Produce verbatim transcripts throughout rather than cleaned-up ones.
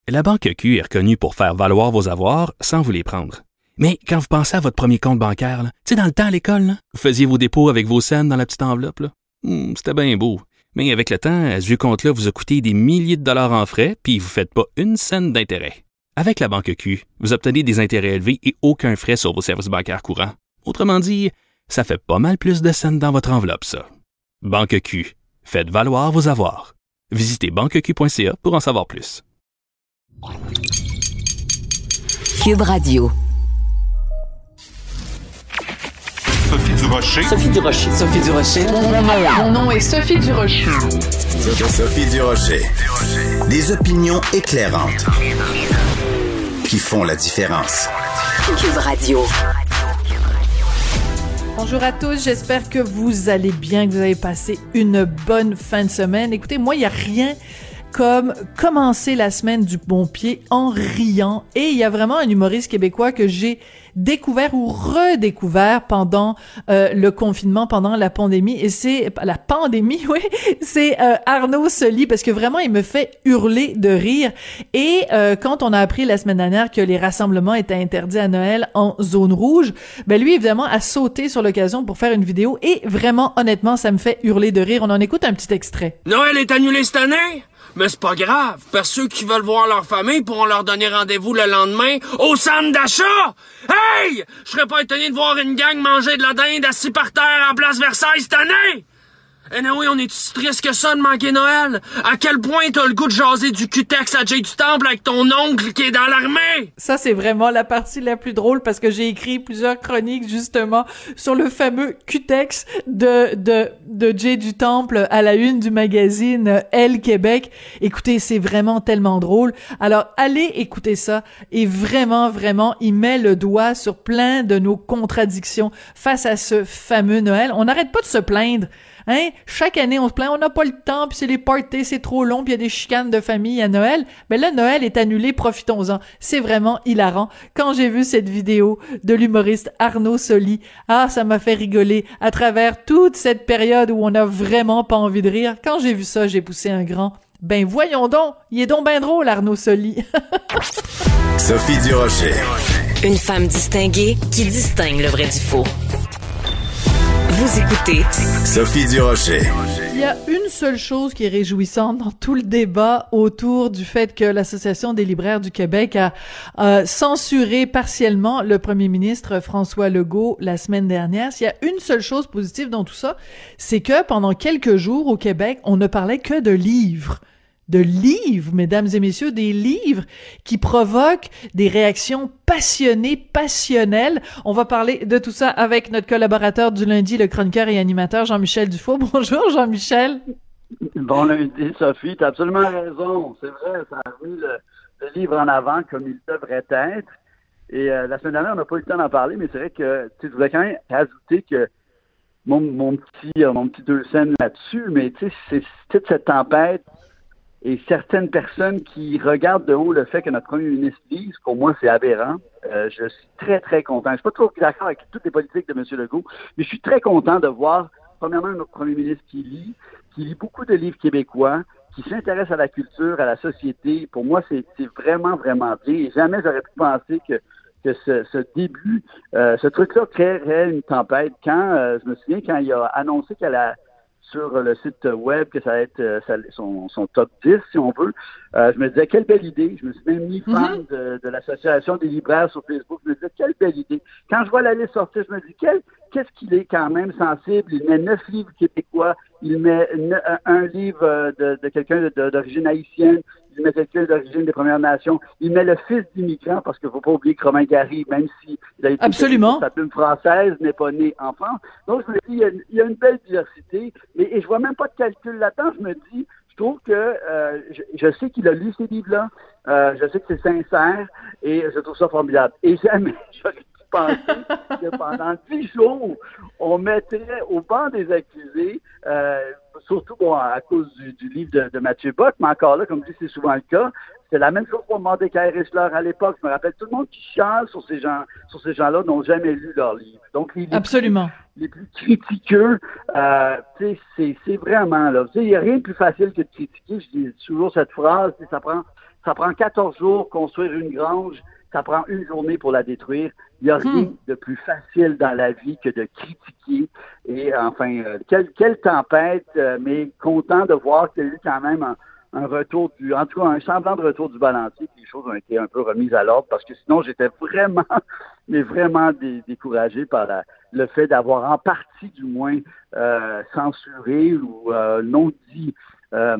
La Banque Q est reconnue pour faire valoir vos avoirs sans vous les prendre. Mais quand vous pensez à votre premier compte bancaire, tu sais, dans le temps à l'école, là, vous faisiez vos dépôts avec vos scènes dans la petite enveloppe. Là. Hum, c'était bien beau. Mais avec le temps, ce vieux compte-là vous a coûté des milliers de dollars en frais, puis vous ne faites pas une scène d'intérêt. Avec la Banque Q, vous obtenez des intérêts élevés et aucun frais sur vos services bancaires courants. Autrement dit, ça fait pas mal plus de scènes dans votre enveloppe, ça. Banque Q. Faites valoir vos avoirs. Visitez banque q point c a pour en savoir plus. Cube Radio. Sophie Durocher. Sophie Durocher. Sophie Durocher. Mon nom est Sophie Durocher. Sophie Durocher. Des opinions éclairantes qui font la différence. Cube Radio. Bonjour à tous, j'espère que vous allez bien, que vous avez passé une bonne fin de semaine. Écoutez, moi, il n'y a rien comme commencer la semaine du bon pied en riant. Et il y a vraiment un humoriste québécois que j'ai découvert ou redécouvert pendant euh, le confinement, pendant la pandémie. Et c'est la pandémie, oui, c'est euh, Arnaud Soli, parce que vraiment, il me fait hurler de rire. Et euh, quand on a appris la semaine dernière que les rassemblements étaient interdits à Noël en zone rouge, ben lui, évidemment, a sauté sur l'occasion pour faire une vidéo. Et vraiment, honnêtement, ça me fait hurler de rire. On en écoute un petit extrait. Noël est annulé cette année? Mais c'est pas grave, parce que ceux qui veulent voir leur famille pourront leur donner rendez-vous le lendemain au centre d'achat! Hey! Je serais pas étonné de voir une gang manger de la dinde assis par terre en place Versailles cette année! Eh non, oui, on est si triste que ça de manquer Noël? À quel point t'as le goût de jaser du Q-Tex à Jay du Temple avec ton oncle qui est dans l'armée? Ça, c'est vraiment la partie la plus drôle parce que j'ai écrit plusieurs chroniques, justement, sur le fameux Q-Tex de, de, de Jay du Temple à la une du magazine Elle Québec. Écoutez, c'est vraiment tellement drôle. Alors, allez écouter ça et vraiment, vraiment, il met le doigt sur plein de nos contradictions face à ce fameux Noël. On n'arrête pas de se plaindre. Hein? Chaque année, on se plaint, on n'a pas le temps, puis c'est les parties, c'est trop long, puis il y a des chicanes de famille à Noël. Mais là, Noël est annulé, profitons-en. C'est vraiment hilarant. Quand j'ai vu cette vidéo de l'humoriste Arnaud Soli, ah, ça m'a fait rigoler à travers toute cette période où on n'a vraiment pas envie de rire. Quand j'ai vu ça, j'ai poussé un grand. Ben voyons donc, il est donc ben drôle, Arnaud Soli. Sophie Durocher. Une femme distinguée qui distingue le vrai du faux. Vous écoutez Sophie Durocher. Il y a une seule chose qui est réjouissante dans tout le débat autour du fait que l'Association des libraires du Québec a euh, censuré partiellement le premier ministre François Legault la semaine dernière. S'il y a une seule chose positive dans tout ça, c'est que pendant quelques jours au Québec, on ne parlait que de livres. De livres, mesdames et messieurs, des livres qui provoquent des réactions passionnées, passionnelles. On va parler de tout ça avec notre collaborateur du lundi, le chroniqueur et animateur Jean-Michel Dufault. Bonjour Jean-Michel. Bon lundi Sophie, t'as absolument raison. C'est vrai, ça a mis le, le livre en avant comme il devrait être. Et euh, la semaine dernière, on n'a pas eu le temps d'en parler, mais c'est vrai que tu sais, je voulais quand même ajouter que mon, mon petit euh, mon petit deux scènes là-dessus, mais tu sais, c'est toute cette tempête. Et certaines personnes qui regardent de haut le fait que notre premier ministre lise, pour moi, c'est aberrant. Euh, je suis très, très content. Je suis pas toujours d'accord avec toutes les politiques de M. Legault, mais je suis très content de voir, premièrement, notre premier ministre qui lit, qui lit beaucoup de livres québécois, qui s'intéresse à la culture, à la société. Pour moi, c'est, c'est vraiment, vraiment bien. Et jamais j'aurais pu penser que que ce, ce début, euh, ce truc-là créerait une tempête. Quand, euh, je me souviens, quand il a annoncé qu'elle a sur le site web, que ça va être euh, son, son top dix, si on veut. Euh, je me disais, quelle belle idée. Je me suis même mis fan mm-hmm. de, de l'Association des libraires sur Facebook. Je me disais, quelle belle idée. Quand je vois la liste sortir, je me dis, quel, qu'est-ce qu'il est quand même sensible. Il met neuf livres québécois. Il met ne, un, un livre de, de quelqu'un de, de, d'origine haïtienne. Il met quelqu'un d'origine des Premières Nations. Il met le fils d'immigrants, parce qu'il ne faut pas oublier que Romain Gary, même si il a été Absolument. sa plume française, n'est pas né en France. Donc, je me dis, il y a, il y a une belle diversité. Mais, et je vois même pas de calcul là-dedans. Je me dis, je trouve que euh, je, je sais qu'il a lu ces livres-là. Euh, je sais que c'est sincère et je trouve ça formidable. Et jamais j'aurais pu penser que pendant dix jours, on mettrait au banc des accusés, euh, surtout bon, à cause du, du livre de, de Mathieu Bock, mais encore là, comme je dis, c'est souvent le cas. C'est la même chose pour Mordecai Richler à l'époque. Je me rappelle tout le monde qui chiale sur ces gens, sur ces gens-là n'ont jamais lu leur livre. Donc les, les Absolument. Plus, les plus critiqueux, euh, tu sais, c'est, c'est vraiment là. Tu sais, il n'y a rien de plus facile que de critiquer. Je dis toujours cette phrase, ça prend, ça prend quatorze jours construire une grange, ça prend une journée pour la détruire. Il n'y a rien hmm. de plus facile dans la vie que de critiquer. Et enfin, euh, quelle, quelle tempête, euh, mais content de voir qu'il y a eu quand même un, un retour du, en tout cas un semblant de retour du balancier, puis les choses ont été un peu remises à l'ordre, parce que sinon j'étais vraiment, mais vraiment dé, découragé par la, le fait d'avoir en partie du moins euh, censuré ou euh, non dit. Euh,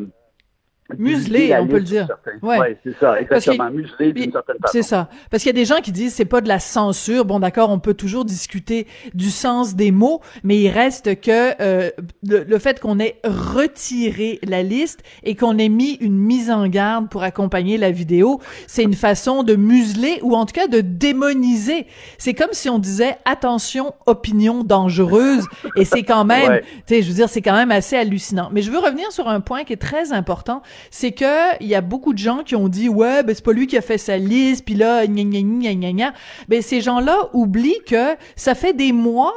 Muselé, on peut le dire. Oui, ouais, c'est ça, exactement. Muselé d'une certaine façon. C'est ça. Parce qu'il y a des gens qui disent c'est pas de la censure. Bon, d'accord, on peut toujours discuter du sens des mots, mais il reste que euh, le, le fait qu'on ait retiré la liste et qu'on ait mis une mise en garde pour accompagner la vidéo, c'est une façon de museler ou en tout cas de démoniser. C'est comme si on disait attention, opinion dangereuse, et c'est quand même, ouais. tu sais, je veux dire, c'est quand même assez hallucinant. Mais je veux revenir sur un point qui est très important. C'est que il y a beaucoup de gens qui ont dit ouais ben c'est pas lui qui a fait sa liste puis là gna gna gna gna gna. Ben ces gens-là oublient que ça fait des mois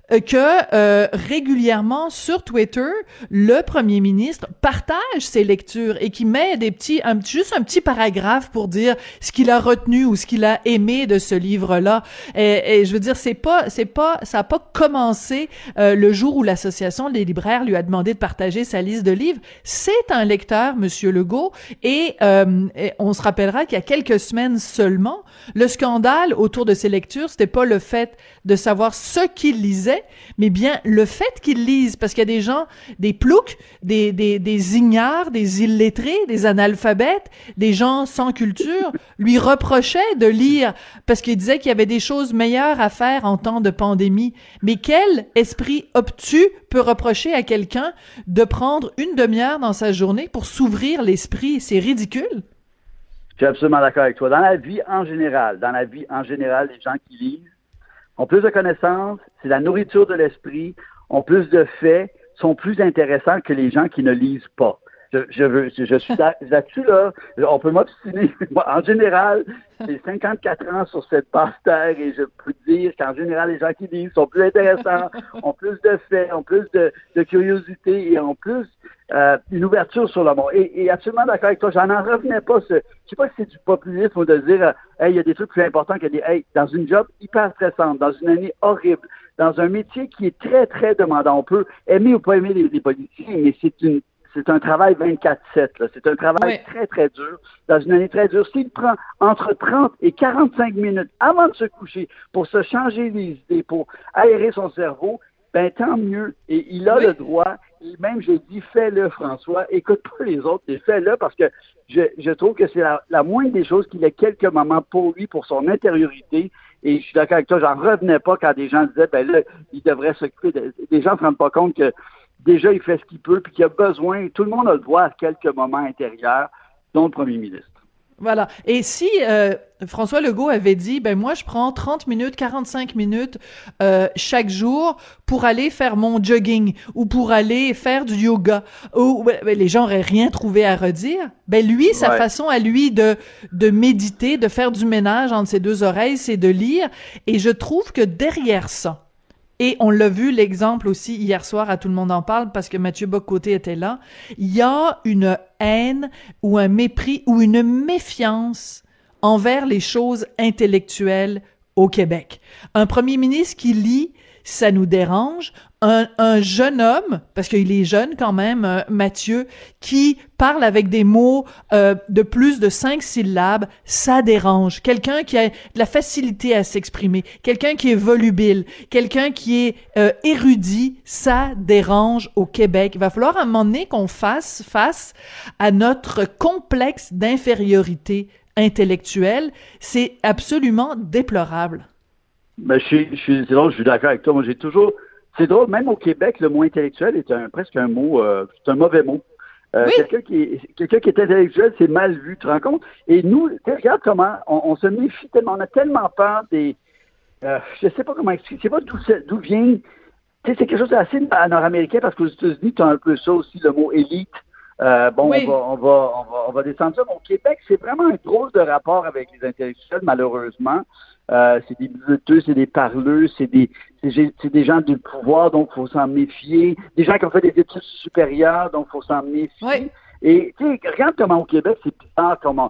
que euh, régulièrement sur Twitter, le premier ministre partage ses lectures et qui met des petits, un, juste un petit paragraphe pour dire ce qu'il a retenu ou ce qu'il a aimé de ce livre-là. Et, et je veux dire, c'est pas, c'est pas, ça a pas commencé euh, le jour où l'association des libraires lui a demandé de partager sa liste de livres. C'est un lecteur, Monsieur Legault, et, euh, et on se rappellera qu'il y a quelques semaines seulement, le scandale autour de ses lectures, c'était pas le fait de savoir ce qu'il lisait, mais bien le fait qu'ils lisent, parce qu'il y a des gens, des ploucs, des, des, des ignares, des illettrés, des analphabètes, des gens sans culture, lui reprochaient de lire, parce qu'il disait qu'il y avait des choses meilleures à faire en temps de pandémie. Mais quel esprit obtus peut reprocher à quelqu'un de prendre une demi-heure dans sa journée pour s'ouvrir l'esprit? C'est ridicule. Je suis absolument d'accord avec toi. Dans la vie en général, dans la vie en général, les gens qui lisent ont plus de connaissances, c'est la nourriture de l'esprit, ont plus de faits, sont plus intéressants que les gens qui ne lisent pas. Je, je veux, je suis là-dessus, là, on peut m'obstiner. Moi, en général, j'ai cinquante-quatre ans sur cette basse terre et je peux dire qu'en général, les gens qui lisent sont plus intéressants, ont plus de faits, ont plus de, de curiosité et ont plus euh, une ouverture sur le monde. Et, et absolument d'accord avec toi, j'en en revenais pas. Ce, je sais pas si c'est du populisme ou de dire, euh, hey, il y a des trucs plus importants que des, hey, dans une job hyper stressante, dans une année horrible, dans un métier qui est très, très demandant. On peut aimer ou pas aimer les, les politiciens, mais c'est une C'est un travail vingt-quatre sept, là. C'est un travail oui. très, très dur, dans une année très dure. S'il prend entre trente et quarante-cinq minutes avant de se coucher pour se changer les idées, pour aérer son cerveau, ben tant mieux. Et il a oui. le droit, et même je dis, fais-le, François, écoute pas les autres, et fais-le, parce que je, je trouve que c'est la, la moindre des choses qu'il ait quelques moments pour lui, pour son intériorité. Et je suis d'accord avec toi, j'en revenais pas quand des gens disaient, ben là, il devrait s'occuper de... Des gens ne se rendent pas compte que déjà, il fait ce qu'il peut, puis qu'il a besoin, tout le monde a le droit à quelques moments intérieurs, dont le premier ministre. Voilà. Et si euh, François Legault avait dit, ben moi, je prends trente minutes, quarante-cinq minutes euh, chaque jour pour aller faire mon jogging ou pour aller faire du yoga, ou ben, les gens auraient rien trouvé à redire. Ben lui, sa ouais. façon à lui de de méditer, de faire du ménage entre ses deux oreilles, c'est de lire. Et je trouve que derrière ça, et on l'a vu, l'exemple aussi hier soir, à Tout le monde en parle, parce que Mathieu Bock-Côté était là, il y a une haine ou un mépris ou une méfiance envers les choses intellectuelles au Québec. Un premier ministre qui lit, ça nous dérange. Un, un jeune homme, parce qu'il est jeune quand même, euh, Mathieu, qui parle avec des mots euh, de plus de cinq syllabes, ça dérange. Quelqu'un qui a de la facilité à s'exprimer, quelqu'un qui est volubile, quelqu'un qui est euh, érudit, ça dérange au Québec. Il va falloir à un moment donné qu'on fasse face à notre complexe d'infériorité intellectuelle. C'est absolument déplorable. Ben, je suis, je suis, c'est drôle, je suis d'accord avec toi. Moi, j'ai toujours, c'est drôle, même au Québec, le mot intellectuel est un, presque un mot, euh, c'est un mauvais mot. Euh, oui. Quelqu'un qui est, quelqu'un qui est intellectuel, c'est mal vu, tu te rends compte? Et nous, regarde comment, on, on se méfie tellement, on a tellement peur des, euh, je sais pas comment expliquer, je sais pas d'où, d'où vient, tu sais, c'est quelque chose d'assez nord-américain parce qu'aux États-Unis, tu as un peu ça aussi, le mot élite. Euh, bon, oui. on, va, on, va, on, va, on va descendre ça. Mais au Québec, c'est vraiment un drôle de rapport avec les intellectuels, malheureusement. Euh, c'est des bleuteux, c'est des parleux, c'est des, c'est, c'est des gens du pouvoir, donc il faut s'en méfier. Des gens qui ont fait des études supérieures, donc il faut s'en méfier. Oui. Et tu sais, regarde comment au Québec, c'est bizarre, comment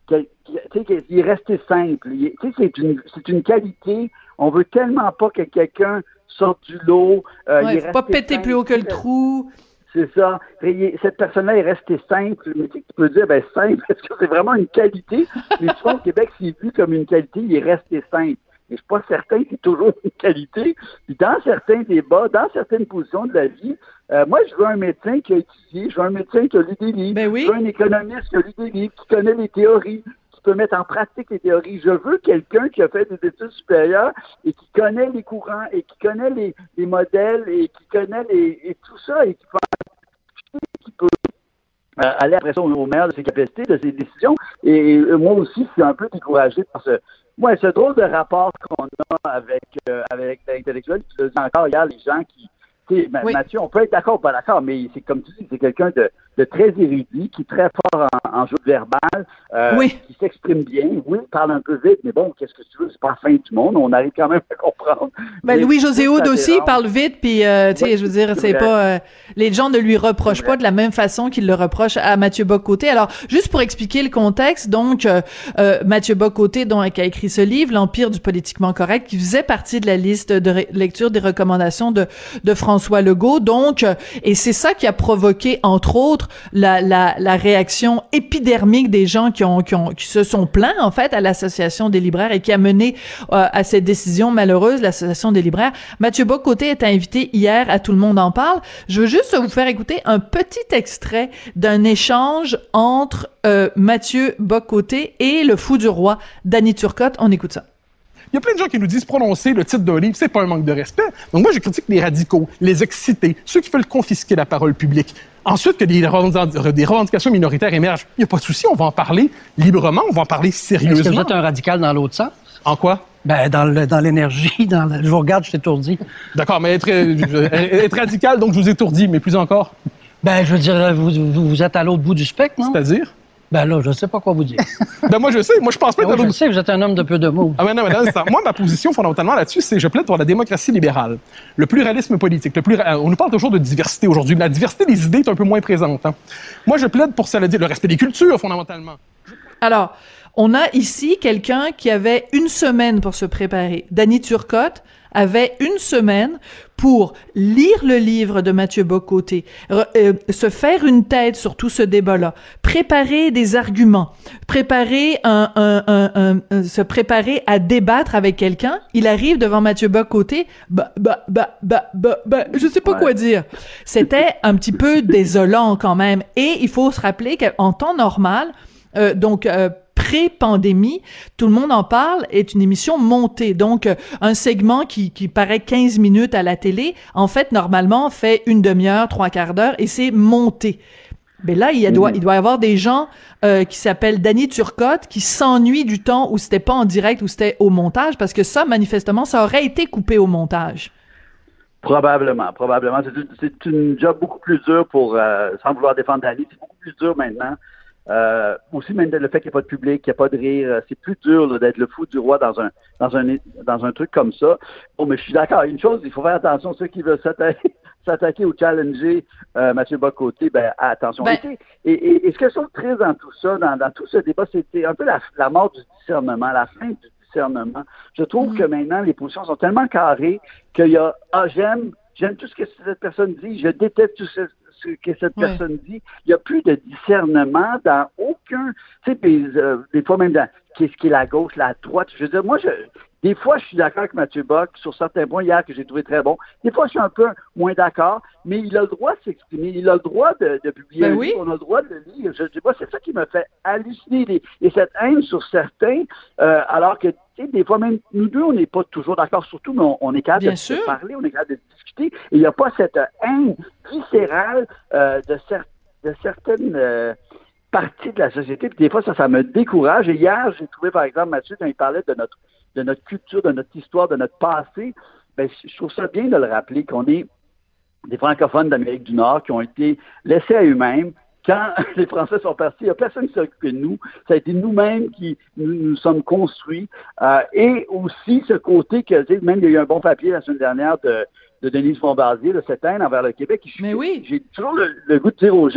tu sais, qu'il est resté simple. Tu sais, c'est une, c'est une qualité. On veut tellement pas que quelqu'un sorte du lot. Euh, ouais, il est faut pas péter simple. plus haut que le trou. C'est ça. Cette personne-là est restée simple. Mais tu sais, tu peux dire, ben simple, est-ce que c'est vraiment une qualité? Mais souvent, au Québec, c'est vu comme une qualité, il est resté simple. Et je suis pas certain que c'est toujours une qualité. Puis dans certains débats, dans certaines positions de la vie, euh, moi, je veux un médecin qui a étudié, je veux un médecin qui a lu des livres, ben oui. je veux un économiste qui a lu des livres, qui connaît les théories, qui peut mettre en pratique les théories. Je veux quelqu'un qui a fait des études supérieures et qui connaît les courants et qui connaît les, les modèles et qui connaît les, et tout ça et qui peut, qui peut euh, aller après ça au, au meilleur de ses capacités, de ses décisions. Et, et moi aussi, je suis un peu découragé par ce... Ouais, ce drôle de rapport qu'on a avec euh, avec l'intellectuel, tu le dis encore hier, les gens qui, tu sais, oui. Mathieu, on peut être d'accord ou pas d'accord, mais c'est comme tu dis, c'est quelqu'un de, de très érudit, qui est très fort en, en jeu verbal, euh, oui. qui s'exprime bien, oui, parle un peu vite, mais bon, qu'est-ce que tu veux, c'est pas la fin du monde, on arrive quand même à comprendre. Ben, Louis-José Houd aussi parle vite, puis euh, tu sais, ouais, je veux dire, c'est, c'est pas... Euh, les gens ne lui reprochent pas de la même façon qu'ils le reprochent à Mathieu Bock-Côté. Alors, juste pour expliquer le contexte, donc, euh, euh, Mathieu Bock-Côté, donc, qui a écrit ce livre, L'Empire du politiquement correct, qui faisait partie de la liste de ré- lecture des recommandations de, de François Legault, donc, euh, et c'est ça qui a provoqué, entre autres, la, la, la réaction épidermique des gens qui ont, qui ont, qui se sont plaints, en fait, à l'Association des libraires et qui a mené euh, à cette décision malheureuse, l'Association des libraires. Mathieu Bock-Côté est invité hier à Tout le monde en parle. Je veux juste vous faire écouter un petit extrait d'un échange entre euh, Mathieu Bock-Côté et le fou du roi, Danny Turcotte. On écoute ça. Il y a plein de gens qui nous disent prononcer le titre d'un livre, c'est pas un manque de respect. Donc moi, je critique les radicaux, les excités, ceux qui veulent confisquer la parole publique. Ensuite, que des, revendic- des revendications minoritaires émergent, il n'y a pas de souci, on va en parler librement, on va en parler sérieusement. Est-ce que vous êtes un radical dans l'autre sens? En quoi? Ben, dans, le, dans l'énergie, dans le... je vous regarde, je suis étourdi. D'accord, mais être, être radical, donc je vous étourdis, mais plus encore? Ben, je veux dire, vous, vous, vous êtes à l'autre bout du spectre, non? C'est-à-dire? Ben là, je sais pas quoi vous dire. Ben moi, je sais. Moi, je pense pas être ben, à l'autre... Je sais, vous êtes un homme de peu de mots. Ah ben non, mais non, c'est moi, ma position fondamentalement là-dessus, c'est je plaide pour la démocratie libérale, le pluralisme politique. Le plura... On nous parle toujours de diversité aujourd'hui, mais la diversité des idées est un peu moins présente. Hein. Moi, je plaide pour ça, le respect des cultures, fondamentalement. Alors, on a ici quelqu'un qui avait une semaine pour se préparer. Danny Turcotte avait une semaine pour lire le livre de Mathieu Bock-Côté, euh, se faire une tête sur tout ce débat-là, préparer des arguments, préparer un, un, un, un, un se préparer à débattre avec quelqu'un. Il arrive devant Mathieu Bock-Côté, bah, bah, bah, bah, bah, bah, je sais pas ouais. quoi dire. C'était un petit peu désolant quand même. Et il faut se rappeler qu'en temps normal, euh, donc, euh, pré-pandémie, Tout le monde en parle est une émission montée. Donc, un segment qui, qui paraît quinze minutes à la télé, en fait, normalement, fait une demi-heure, trois quarts d'heure, et c'est monté. Mais là, il, y a, doit, il doit y avoir des gens euh, qui s'appellent Danny Turcotte qui s'ennuient du temps où c'était pas en direct, où c'était au montage, parce que ça, manifestement, ça aurait été coupé au montage. Probablement, probablement. C'est, c'est une job beaucoup plus dure pour, euh, sans vouloir défendre Danny, c'est beaucoup plus dur maintenant. Euh, aussi, même le fait qu'il n'y a pas de public, qu'il n'y a pas de rire, c'est plus dur là, d'être le fou du roi dans un dans un dans un truc comme ça. Bon, mais je suis d'accord. Une chose, il faut faire attention, ceux qui veulent s'attaquer, s'attaquer ou challenger euh, Mathieu Bock-Côté, ben attention. Ben... Et, et, et ce que je trouve triste dans tout ça, dans, dans tout ce débat, c'était un peu la, la mort du discernement, la fin du discernement. Je trouve mmh. que maintenant, les positions sont tellement carrées qu'il y a ah j'aime, j'aime tout ce que cette personne dit, je déteste tout ce ce que cette ouais. personne dit. Il n'y a plus de discernement dans aucun... Tu sais, euh, des fois même dans qu'est-ce qui est la gauche, la droite. Je veux dire, moi, je, des fois, je suis d'accord avec Mathieu Bock sur certains points hier que j'ai trouvé très bons. Des fois, je suis un peu moins d'accord, mais il a le droit de s'exprimer. Il a le droit de, de publier ben un oui. livre. On a le droit de le lire. Je dis, moi, c'est ça qui me fait halluciner. Les, et cette haine sur certains, euh, alors que, tu sais, des fois, même nous deux, on n'est pas toujours d'accord sur tout, mais on, on est capable Bien de sûr. se parler, on est capable de discuter. Et il n'y a pas cette haine viscérale euh, de, cer- de certaines... Euh, partie de la société, puis des fois, ça, ça me décourage. Et hier, j'ai trouvé, par exemple, Mathieu, quand il parlait de notre, de notre culture, de notre histoire, de notre passé, ben, je trouve ça bien de le rappeler qu'on est des francophones d'Amérique du Nord qui ont été laissés à eux-mêmes. Quand les Français sont partis, il n'y a personne qui s'est occupé de nous. Ça a été nous-mêmes qui nous, nous sommes construits. Euh, et aussi, ce côté que, tu sais, même il y a eu un bon papier la semaine dernière de, de Denise Bombardier, de cette haine envers le Québec. Mais oui. J'ai toujours le, le goût de dire aux gens,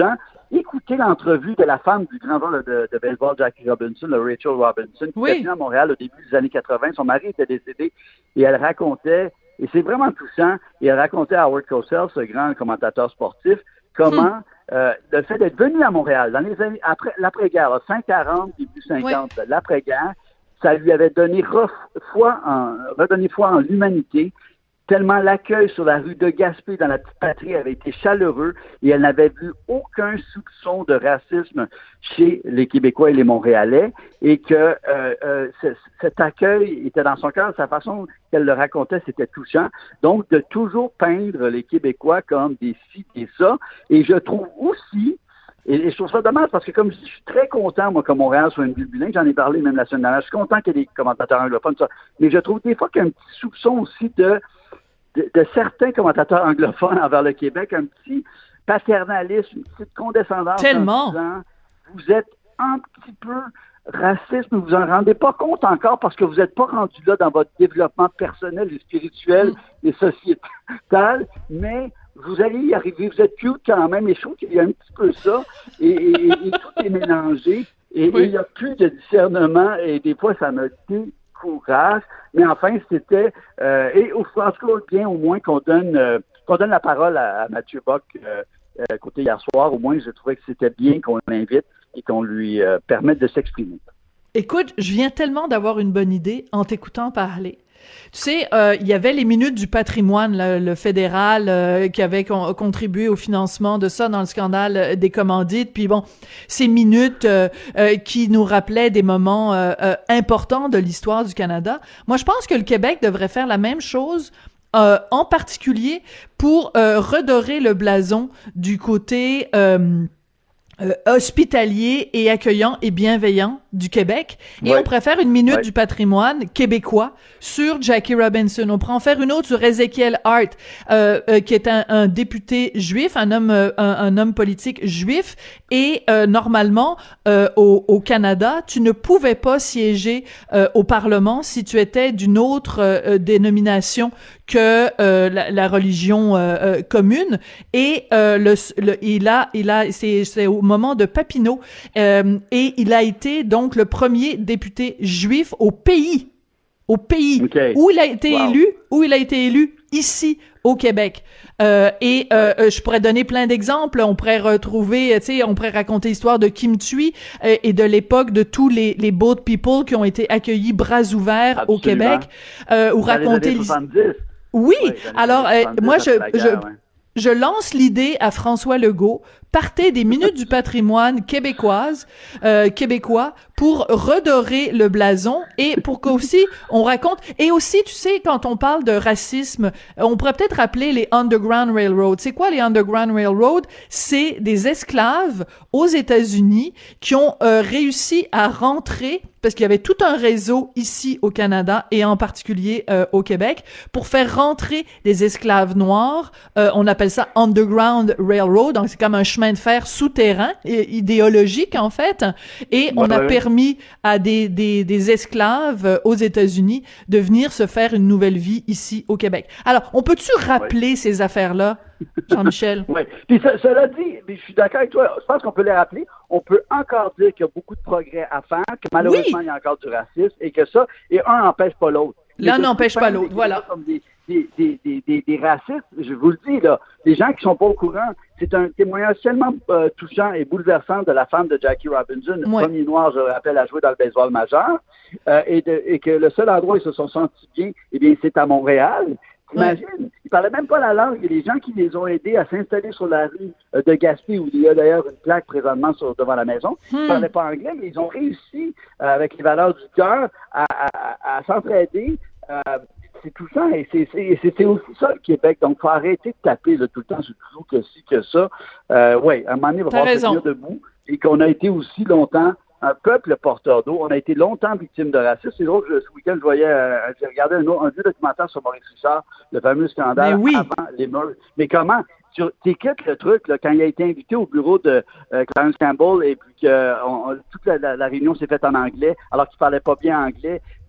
écouté l'entrevue de la femme du grand joueur de, de baseball Jackie Robinson, le Rachel Robinson, qui oui. était venue à Montréal au début des années quatre-vingt. Son mari était décédé et elle racontait, et c'est vraiment touchant, et elle racontait à Howard Cosell, ce grand commentateur sportif, comment hum. euh, le fait d'être venu à Montréal dans les années après l'après-guerre, là, fin quarante, début cinquante, oui. l'après-guerre, ça lui avait donné foi en, redonné foi en l'humanité, tellement l'accueil sur la rue de Gaspé dans la petite patrie avait été chaleureux et elle n'avait vu aucun soupçon de racisme chez les Québécois et les Montréalais et que euh, euh, c- cet accueil était dans son cœur, sa façon qu'elle le racontait, c'était touchant. Donc, de toujours peindre les Québécois comme des ci et ça. Et je trouve aussi, et je trouve ça dommage parce que comme je suis très content, moi, que Montréal soit une ville bilingue, j'en ai parlé même la semaine dernière, je suis content qu'il y ait des commentateurs anglophones, ça, mais je trouve des fois qu'il y a un petit soupçon aussi de De, de certains commentateurs anglophones envers le Québec, un petit paternalisme, une petite condescendance. Tellement. En disant, vous êtes un petit peu raciste, mais vous en rendez pas compte encore parce que vous n'êtes pas rendu là dans votre développement personnel et spirituel mm. et sociétal, mais vous allez y arriver, vous êtes cute quand même, et je trouve qu'il y a un petit peu ça, et, et, et tout est mélangé, et oui. il n'y a plus de discernement, et des fois, ça me dit courage, mais enfin, c'était, euh, et au en tout cas, bien au moins qu'on donne, euh, qu'on donne la parole à, à Mathieu Bock, euh, euh, côté hier soir, au moins, je trouvais que c'était bien qu'on l'invite et qu'on lui euh, permette de s'exprimer. Écoute, je viens tellement d'avoir une bonne idée en t'écoutant parler. Tu sais, euh, il y avait les minutes du patrimoine, le, le fédéral, euh, qui avait con- contribué au financement de ça dans le scandale euh, des commandites. Puis bon, ces minutes euh, euh, qui nous rappelaient des moments euh, euh, importants de l'histoire du Canada. Moi, je pense que le Québec devrait faire la même chose, euh, en particulier pour euh, redorer le blason du côté euh, Euh, hospitalier et accueillant et bienveillant du Québec. Et ouais. on préfère une minute ouais. du patrimoine québécois sur Jackie Robinson. On pourrait en faire une autre sur Ezekiel Hart, euh, euh, qui est un, un député juif, un homme, euh, un, un homme politique juif. Et euh, normalement, euh, au, au Canada, tu ne pouvais pas siéger euh, au Parlement si tu étais d'une autre euh, dénomination que euh, la, la religion euh, euh, commune. Et euh, le, le, il a, il a, c'est, c'est au moment de Papineau, euh, et il a été donc le premier député juif au pays, au pays okay. où il a été wow. élu, où il a été élu ici au Québec. Euh, et euh, je pourrais donner plein d'exemples. On pourrait retrouver, tu sais, on pourrait raconter l'histoire de Kim Thuy euh, et de l'époque de tous les les boat people qui ont été accueillis bras ouverts Absolument. Au Québec, euh, ou raconter l'histoire. Oui. Ouais, alors euh, moi je guerre, je ouais. je lance l'idée à François Legault. Partez des minutes du patrimoine québécoise, euh, québécois pour redorer le blason et pour qu'aussi on raconte. Et aussi, tu sais, quand on parle de racisme, on pourrait peut-être rappeler les Underground Railroad. C'est quoi les Underground Railroad? C'est des esclaves aux États-Unis qui ont euh, réussi à rentrer, parce qu'il y avait tout un réseau ici au Canada et en particulier euh, au Québec, pour faire rentrer des esclaves noirs. Euh, on appelle ça Underground Railroad, donc c'est comme un chemin de fer souterrain, idéologique en fait, et on ouais, a ouais. permis à des, des, des esclaves aux États-Unis de venir se faire une nouvelle vie ici au Québec. Alors, on peut-tu rappeler ouais. ces affaires-là, Jean-Michel? Oui. Puis ce, cela dit, je suis d'accord avec toi, je pense qu'on peut les rappeler. On peut encore dire qu'il y a beaucoup de progrès à faire, que malheureusement, oui. il y a encore du racisme, et que ça, et un n'empêche pas l'autre. L'un n'empêche pas l'autre, voilà. Comme des, des, des, des, des, des racistes, je vous le dis, là, les gens qui sont pas au courant, c'est un témoignage tellement euh, touchant et bouleversant de la femme de Jackie Robinson, le ouais. premier noir, je le rappelle, à jouer dans le baseball majeur, euh, et, de, et que le seul endroit où ils se sont sentis bien, eh bien, c'est à Montréal. T'imagines? Ouais. Ils parlaient même pas la langue. Il y a des gens qui les ont aidés à s'installer sur la rue de Gaspé, où il y a d'ailleurs une plaque présentement sur, devant la maison. Hmm. Ils parlaient pas anglais, mais ils ont réussi, euh, avec les valeurs du cœur, à, à, à s'entraider. Euh, c'est touchant, et c'est, c'est, c'est, c'est aussi ça le Québec. Donc, il faut arrêter de taper là, tout le temps sur le clou que ci, que ça. Euh, oui, à un moment donné, il va falloir se tenir debout. Et qu'on a été aussi longtemps un peuple porteur d'eau. On a été longtemps victime de racisme. C'est drôle, je, ce week-end, je voyais, euh, j'ai regardé un, un vieux documentaire sur Maurice Richard, le fameux scandale oui. avant les meurtres. Mais comment? Tu écoutes le truc, là, quand il a été invité au bureau de euh, Clarence Campbell et puis que on, toute la, la, la réunion s'est faite en anglais, alors qu'il parlait pas bien anglais.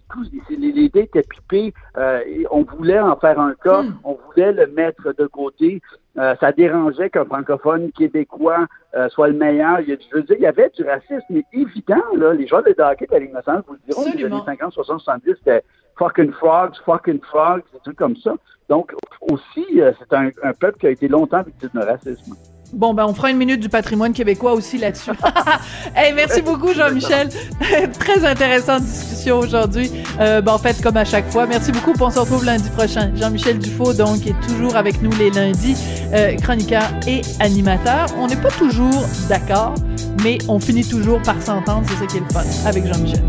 tout, l'idée était pipée. Euh, on voulait en faire un cas, mm. on voulait le mettre de côté. Euh, ça dérangeait qu'un francophone québécois euh, soit le meilleur. Il y a, je veux dire, il y avait du racisme évident, là. Les joueurs de hockey de la Ligue nationale, vous le diront, les années cinquante, soixante, soixante-dix, c'était fucking frogs, fucking frogs, des trucs comme ça. Donc, aussi, euh, c'est un, un peuple qui a été longtemps victime de racisme. Bon, ben, on fera une minute du patrimoine québécois aussi là-dessus. Hey, merci beaucoup, Jean-Michel. Très intéressante discussion aujourd'hui. Euh, ben, en fait, comme à chaque fois. Merci beaucoup. On se retrouve lundi prochain. Jean-Michel Dufault, donc, est toujours avec nous les lundis, euh, chroniqueur et animateur. On n'est pas toujours d'accord, mais on finit toujours par s'entendre. C'est ça qui est le fun avec Jean-Michel.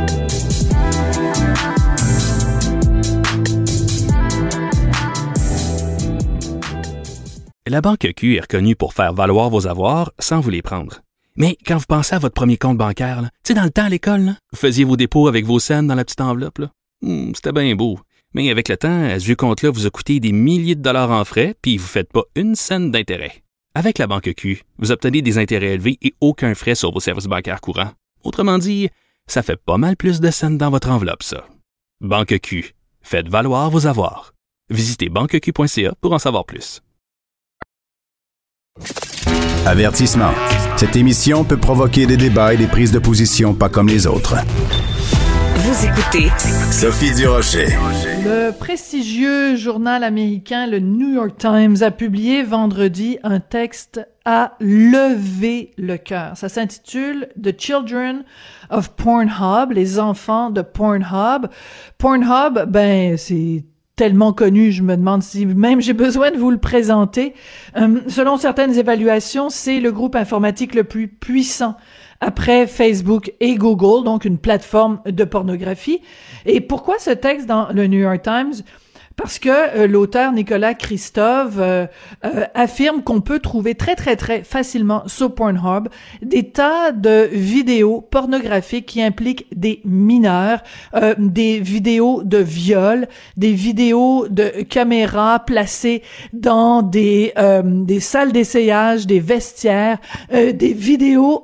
La Banque Q est reconnue pour faire valoir vos avoirs sans vous les prendre. Mais quand vous pensez à votre premier compte bancaire, tu sais, dans le temps à l'école, là, vous faisiez vos dépôts avec vos scènes dans la petite enveloppe. Là. Hum, c'était bien beau. Mais avec le temps, à ce vieux compte-là vous a coûté des milliers de dollars en frais, puis vous ne faites pas une scène d'intérêt. Avec la Banque Q, vous obtenez des intérêts élevés et aucun frais sur vos services bancaires courants. Autrement dit, ça fait pas mal plus de scènes dans votre enveloppe, ça. Banque Q. Faites valoir vos avoirs. Visitez banque q point c a pour en savoir plus. Avertissement. Cette émission peut provoquer des débats et des prises de position pas comme les autres. Vous écoutez Sophie Durocher. Le prestigieux journal américain, le New York Times, a publié vendredi un texte à lever le cœur. Ça s'intitule « The Children of Pornhub », les enfants de Pornhub. Pornhub, ben, c'est tellement connu, je me demande si même j'ai besoin de vous le présenter. Euh, selon certaines évaluations, c'est le groupe informatique le plus puissant après Facebook et Google, donc une plateforme de pornographie. Et pourquoi ce texte dans le New York Times? Parce que euh, l'auteur Nicolas Christov euh, euh, affirme qu'on peut trouver très très très facilement sur Pornhub des tas de vidéos pornographiques qui impliquent des mineurs, euh, des vidéos de viol, des vidéos de caméras placées dans des euh, des salles d'essayage, des vestiaires, euh, des vidéos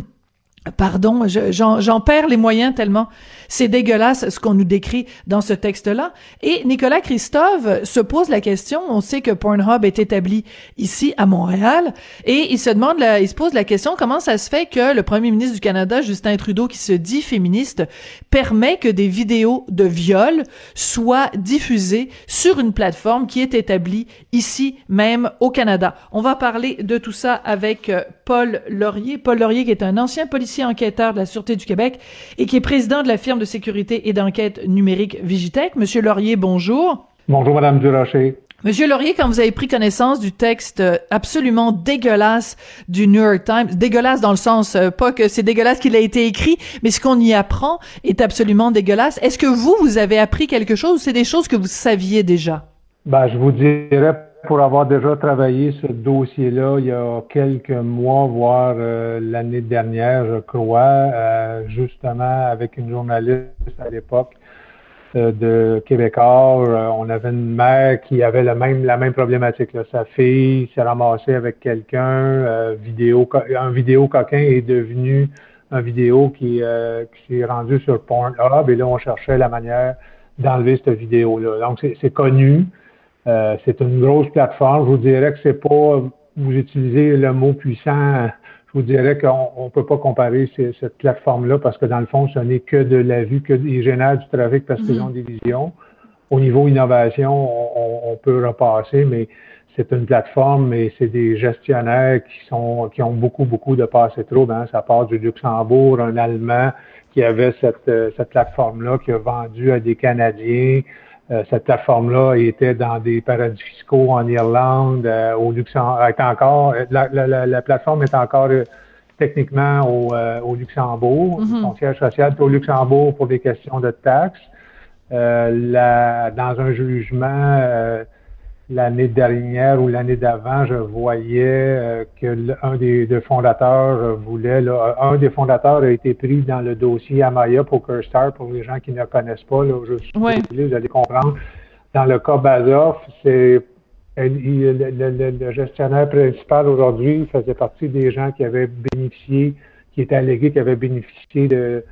Pardon, je, j'en, j'en perds les moyens tellement c'est dégueulasse ce qu'on nous décrit dans ce texte-là. Et Nicolas Christov se pose la question, on sait que Pornhub est établi ici à Montréal, et il se demande, la, il se pose la question, comment ça se fait que le premier ministre du Canada, Justin Trudeau, qui se dit féministe, permet que des vidéos de viol soient diffusées sur une plateforme qui est établie ici même au Canada. On va parler de tout ça avec Paul Laurier. Paul Laurier qui est un ancien policier enquêteur de la Sûreté du Québec et qui est président de la firme de sécurité et d'enquête numérique Vigitech. Monsieur Laurier, bonjour. Bonjour, Madame Durocher. Monsieur Laurier, quand vous avez pris connaissance du texte absolument dégueulasse du New York Times, dégueulasse dans le sens, euh, pas que c'est dégueulasse qu'il a été écrit, mais ce qu'on y apprend est absolument dégueulasse. Est-ce que vous, vous avez appris quelque chose ou c'est des choses que vous saviez déjà? Ben, je vous dirais, pour avoir déjà travaillé ce dossier-là il y a quelques mois, voire euh, l'année dernière, je crois, euh, justement avec une journaliste à l'époque euh, de Québécois, euh, on avait une mère qui avait le même, la même problématique. Là. Sa fille s'est ramassée avec quelqu'un, euh, vidéo, un vidéo coquin est devenu un vidéo qui, euh, qui s'est rendu sur Pornhub, et là on cherchait la manière d'enlever cette vidéo-là. Donc c'est, c'est connu. Euh, c'est une grosse plateforme. Je vous dirais que c'est pas, vous utilisez le mot puissant, je vous dirais qu'on on peut pas comparer ces, cette plateforme-là parce que dans le fond, ce n'est que de la vue, que ils génèrent du trafic parce qu'ils ont des visions. Au niveau innovation, on, on peut repasser, mais c'est une plateforme et c'est des gestionnaires qui sont, qui ont beaucoup, beaucoup de passe-troubles. Hein. Ça part du Luxembourg, un Allemand qui avait cette, cette plateforme-là, qui a vendu à des Canadiens. Euh, cette plateforme-là était dans des paradis fiscaux en Irlande, euh, au Luxembourg. Est encore, la, la, la plateforme est encore euh, techniquement au, euh, au Luxembourg. Mm-hmm. Son siège social est au Luxembourg pour des questions de taxes. Euh, la, dans un jugement euh, l'année dernière ou l'année d'avant, je voyais euh, que l'un des, des fondateurs euh, voulait, là, un des fondateurs a été pris dans le dossier Amaya PokerStars, pour les gens qui ne connaissent pas, là, je suis ouais. désolé, vous allez comprendre. Dans le cas Bazoff, c'est il, il, le, le, le gestionnaire principal aujourd'hui faisait partie des gens qui avaient bénéficié, qui étaient allégués qui avaient bénéficié de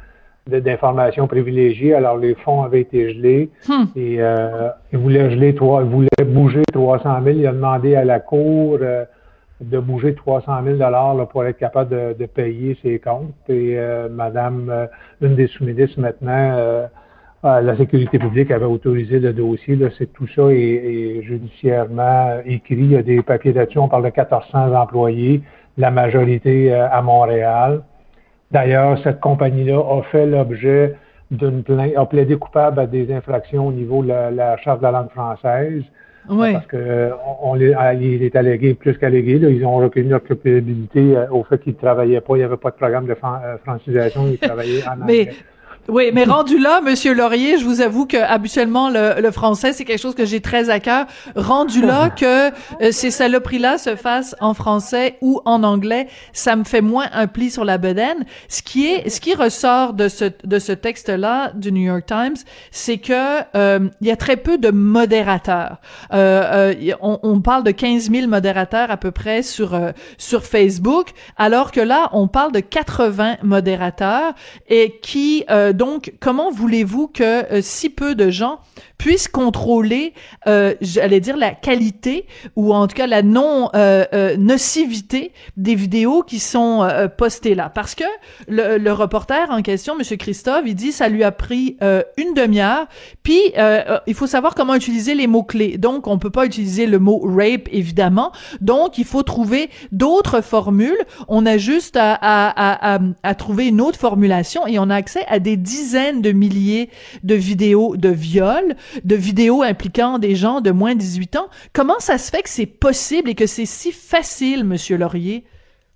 de, d'informations privilégiées. Alors, les fonds avaient été gelés hmm. et euh, il voulait geler trois, il voulait bouger trois cent mille. Il a demandé à la Cour euh, de bouger trois cent mille dollars là, pour être capable de, de payer ses comptes. Et euh, Madame, euh, une des sous-ministres maintenant, euh, la sécurité publique avait autorisé le dossier. Là, c'est tout ça est, est judiciairement écrit. Il y a des papiers là-dessus. On parle de quatorze cents employés, la majorité euh, à Montréal. D'ailleurs, cette compagnie-là a fait l'objet d'une plainte, a plaidé coupable à des infractions au niveau de la, la Charte de la langue française. Oui. Parce que on, on les, il est allégué, plus qu'allégué, là, ils ont reconnu leur culpabilité euh, au fait qu'ils ne travaillaient pas, il n'y avait pas de programme de fran- euh, francisation, ils travaillaient en anglais. Mais... Oui, mais rendu là, Monsieur Laurier, je vous avoue que habituellement le, le français c'est quelque chose que j'ai très à cœur. Rendu là que euh, ces saloperies-là se fassent en français ou en anglais, ça me fait moins un pli sur la bedaine. Ce qui est, ce qui ressort de ce de ce texte-là du New York Times, c'est que euh, il y a très peu de modérateurs. Euh, euh, on, on parle de quinze mille modérateurs à peu près sur euh, sur Facebook, alors que là on parle de quatre-vingts modérateurs et qui euh, donc, comment voulez-vous que euh, si peu de gens puissent contrôler, euh, j'allais dire, la qualité ou en tout cas la non euh, euh, nocivité des vidéos qui sont euh, postées là? Parce que le, le reporter en question, Monsieur Christophe, il dit ça lui a pris euh, une demi-heure. Puis euh, il faut savoir comment utiliser les mots-clés. Donc, on peut pas utiliser le mot rape, évidemment. Donc, il faut trouver d'autres formules. On a juste à, à, à, à, à trouver une autre formulation et on a accès à des dizaines de milliers de vidéos de viol, de vidéos impliquant des gens de moins de dix-huit ans. Comment ça se fait que c'est possible et que c'est si facile, Monsieur Laurier?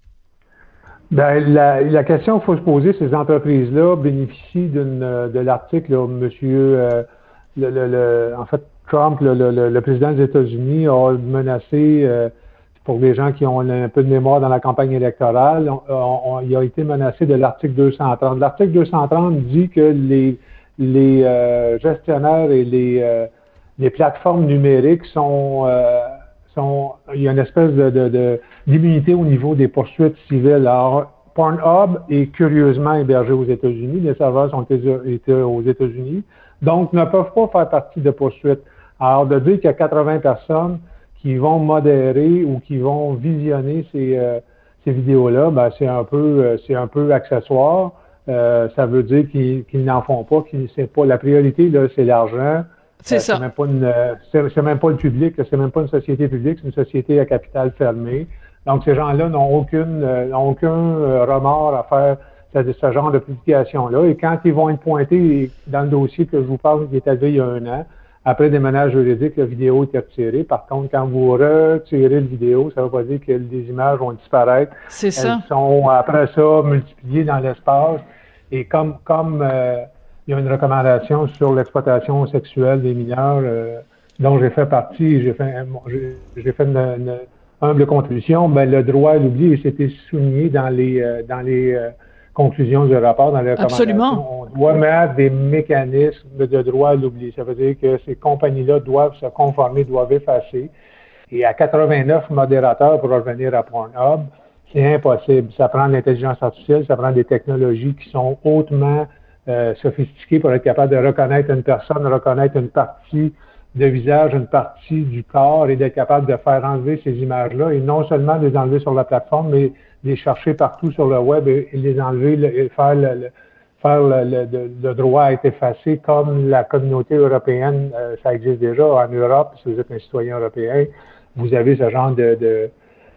Ben, la, la question qu'il faut se poser, ces entreprises-là bénéficient d'une, de l'article, là, Monsieur, euh, le, le, le, en fait, Trump, le, le, le président des États-Unis, a menacé, euh, pour les gens qui ont un peu de mémoire dans la campagne électorale, on, on, on, il a été menacé de l'article deux cent trente. L'article deux cent trente dit que les, les euh, gestionnaires et les, euh, les plateformes numériques sont, euh, sont, il y a une espèce de, de, de d'immunité au niveau des poursuites civiles. Alors, Pornhub est curieusement hébergé aux États-Unis. Les serveurs sont étaient aux États-Unis, donc ne peuvent pas faire partie de poursuites. Alors, de dire qu'il y a quatre-vingts personnes qui vont modérer ou qui vont visionner ces, euh, ces vidéos-là, ben c'est un peu, euh, c'est un peu accessoire. Euh, ça veut dire qu'ils, qu'ils n'en font pas, qu'ils c'est pas la priorité là, c'est l'argent. C'est euh, ça. C'est même pas une, c'est, c'est même pas le public, c'est même pas une société publique, c'est une société à capital fermé. Donc ces gens-là n'ont aucune, euh, n'ont aucun euh, remords à faire ce, ce genre de publication-là. Et quand ils vont être pointés dans le dossier que je vous parle, qui est arrivé il y a un an. Après déménage juridique, la vidéo est retirée. Par contre, quand vous retirez la vidéo, ça ne veut pas dire que les images vont disparaître. C'est ça. Elles sont, après ça, multipliées dans l'espace. Et comme comme euh, il y a une recommandation sur l'exploitation sexuelle des mineurs, euh, dont j'ai fait partie, j'ai fait, j'ai, j'ai fait une, une humble contribution, ben, le droit à l'oubli, c'était souligné dans les, euh, dans les euh, conclusions du rapport, dans les recommandations. Absolument. On doit mettre des mécanismes de droit à l'oubli. Ça veut dire que ces compagnies-là doivent se conformer, doivent effacer. Et à quatre-vingt-neuf modérateurs pour revenir à Pornhub, c'est impossible. Ça prend de l'intelligence artificielle, ça prend des technologies qui sont hautement euh, sophistiquées pour être capable de reconnaître une personne, reconnaître une partie de visage, une partie du corps et d'être capable de faire enlever ces images-là et non seulement les enlever sur la plateforme, mais les chercher partout sur le web et, et les enlever le, et faire le, le faire le, le, le droit à être effacé comme la communauté européenne, euh, ça existe déjà en Europe, si vous êtes un citoyen européen, vous avez ce genre de, de,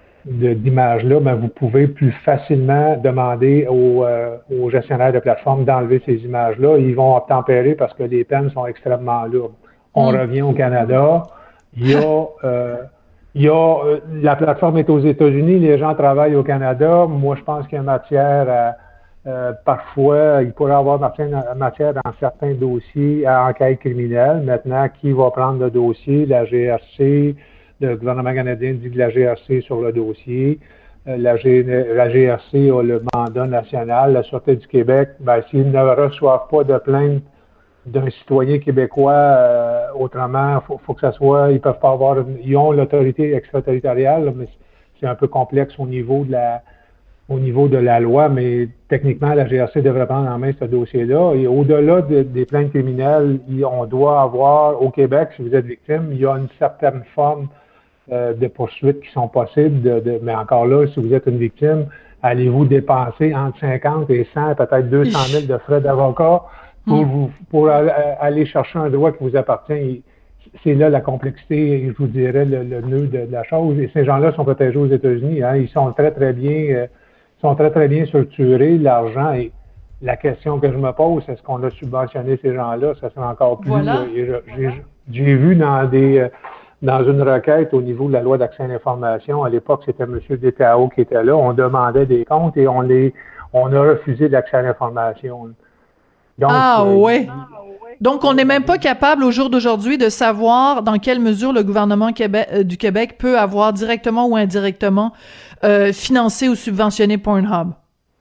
de d'images-là, ben vous pouvez plus facilement demander aux, euh, aux gestionnaires de plateforme d'enlever ces images-là. Ils vont obtempérer parce que les peines sont extrêmement lourdes. On mmh. revient au Canada, il y a euh, Il y a, euh, la plateforme est aux États-Unis, les gens travaillent au Canada. Moi, je pense qu'il y a matière à, euh, parfois, il pourrait y avoir matière dans certains dossiers à enquête criminelle. Maintenant, qui va prendre le dossier? La G R C, le gouvernement canadien dit que la G R C est sur le dossier. Euh, la, G, la G R C a le mandat national. La Sûreté du Québec, ben, s'ils ne reçoivent pas de plainte d'un citoyen québécois, euh, autrement, faut, faut que ça soit, ils peuvent pas avoir, une, ils ont l'autorité extraterritoriale, mais c'est un peu complexe au niveau de la, au niveau de la loi, mais techniquement, la G R C devrait prendre en main ce dossier-là. Et au-delà de, des plaintes criminelles, il, on doit avoir, au Québec, si vous êtes victime, il y a une certaine forme euh, de poursuites qui sont possibles. De, de, mais encore là, si vous êtes une victime, allez-vous dépenser entre cinquante et cent, peut-être deux cent mille de frais d'avocat pour, vous, pour aller chercher un droit qui vous appartient? C'est là la complexité, je vous dirais, le, le nœud de, de la chose. Et ces gens-là sont protégés aux États-Unis. Hein. Ils sont très, très bien... Euh, sont très, très bien structurés, l'argent. Et la question que je me pose, est-ce qu'on a subventionné ces gens-là? Ça serait encore plus... Voilà. Euh, j'ai, j'ai vu dans des euh, dans une requête au niveau de la loi d'accès à l'information, à l'époque, c'était M. Détao qui était là, on demandait des comptes et on les on a refusé l'accès à l'information. Donc, ah euh, ouais. Donc, on n'est même pas capable au jour d'aujourd'hui de savoir dans quelle mesure le gouvernement Québec, euh, du Québec peut avoir directement ou indirectement euh, financé ou subventionné Pornhub.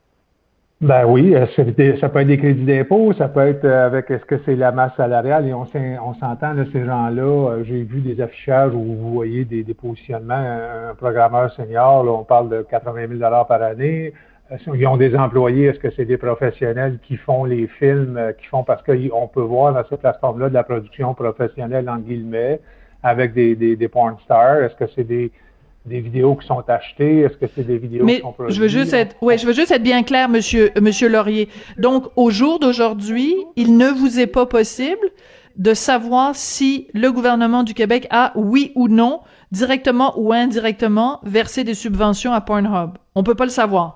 Ben oui, des, ça peut être des crédits d'impôt, ça peut être avec est-ce que c'est la masse salariale et on, on s'entend là, ces gens-là. J'ai vu des affichages où vous voyez des, des positionnements. Un programmeur senior, là, on parle de quatre-vingt mille dollars par année. Ils ont des employés, est-ce que c'est des professionnels qui font les films, qui font parce qu'on peut voir dans cette plateforme-là de la production professionnelle, en guillemets, avec des, des, des porn stars. Est-ce que c'est des, des vidéos qui sont achetées? Est-ce que c'est des vidéos Mais qui sont produites? Je veux juste être, ouais, je veux juste être bien clair, monsieur, monsieur Laurier. Donc, au jour d'aujourd'hui, il ne vous est pas possible de savoir si le gouvernement du Québec a, oui ou non, directement ou indirectement, versé des subventions à Pornhub. On peut pas le savoir.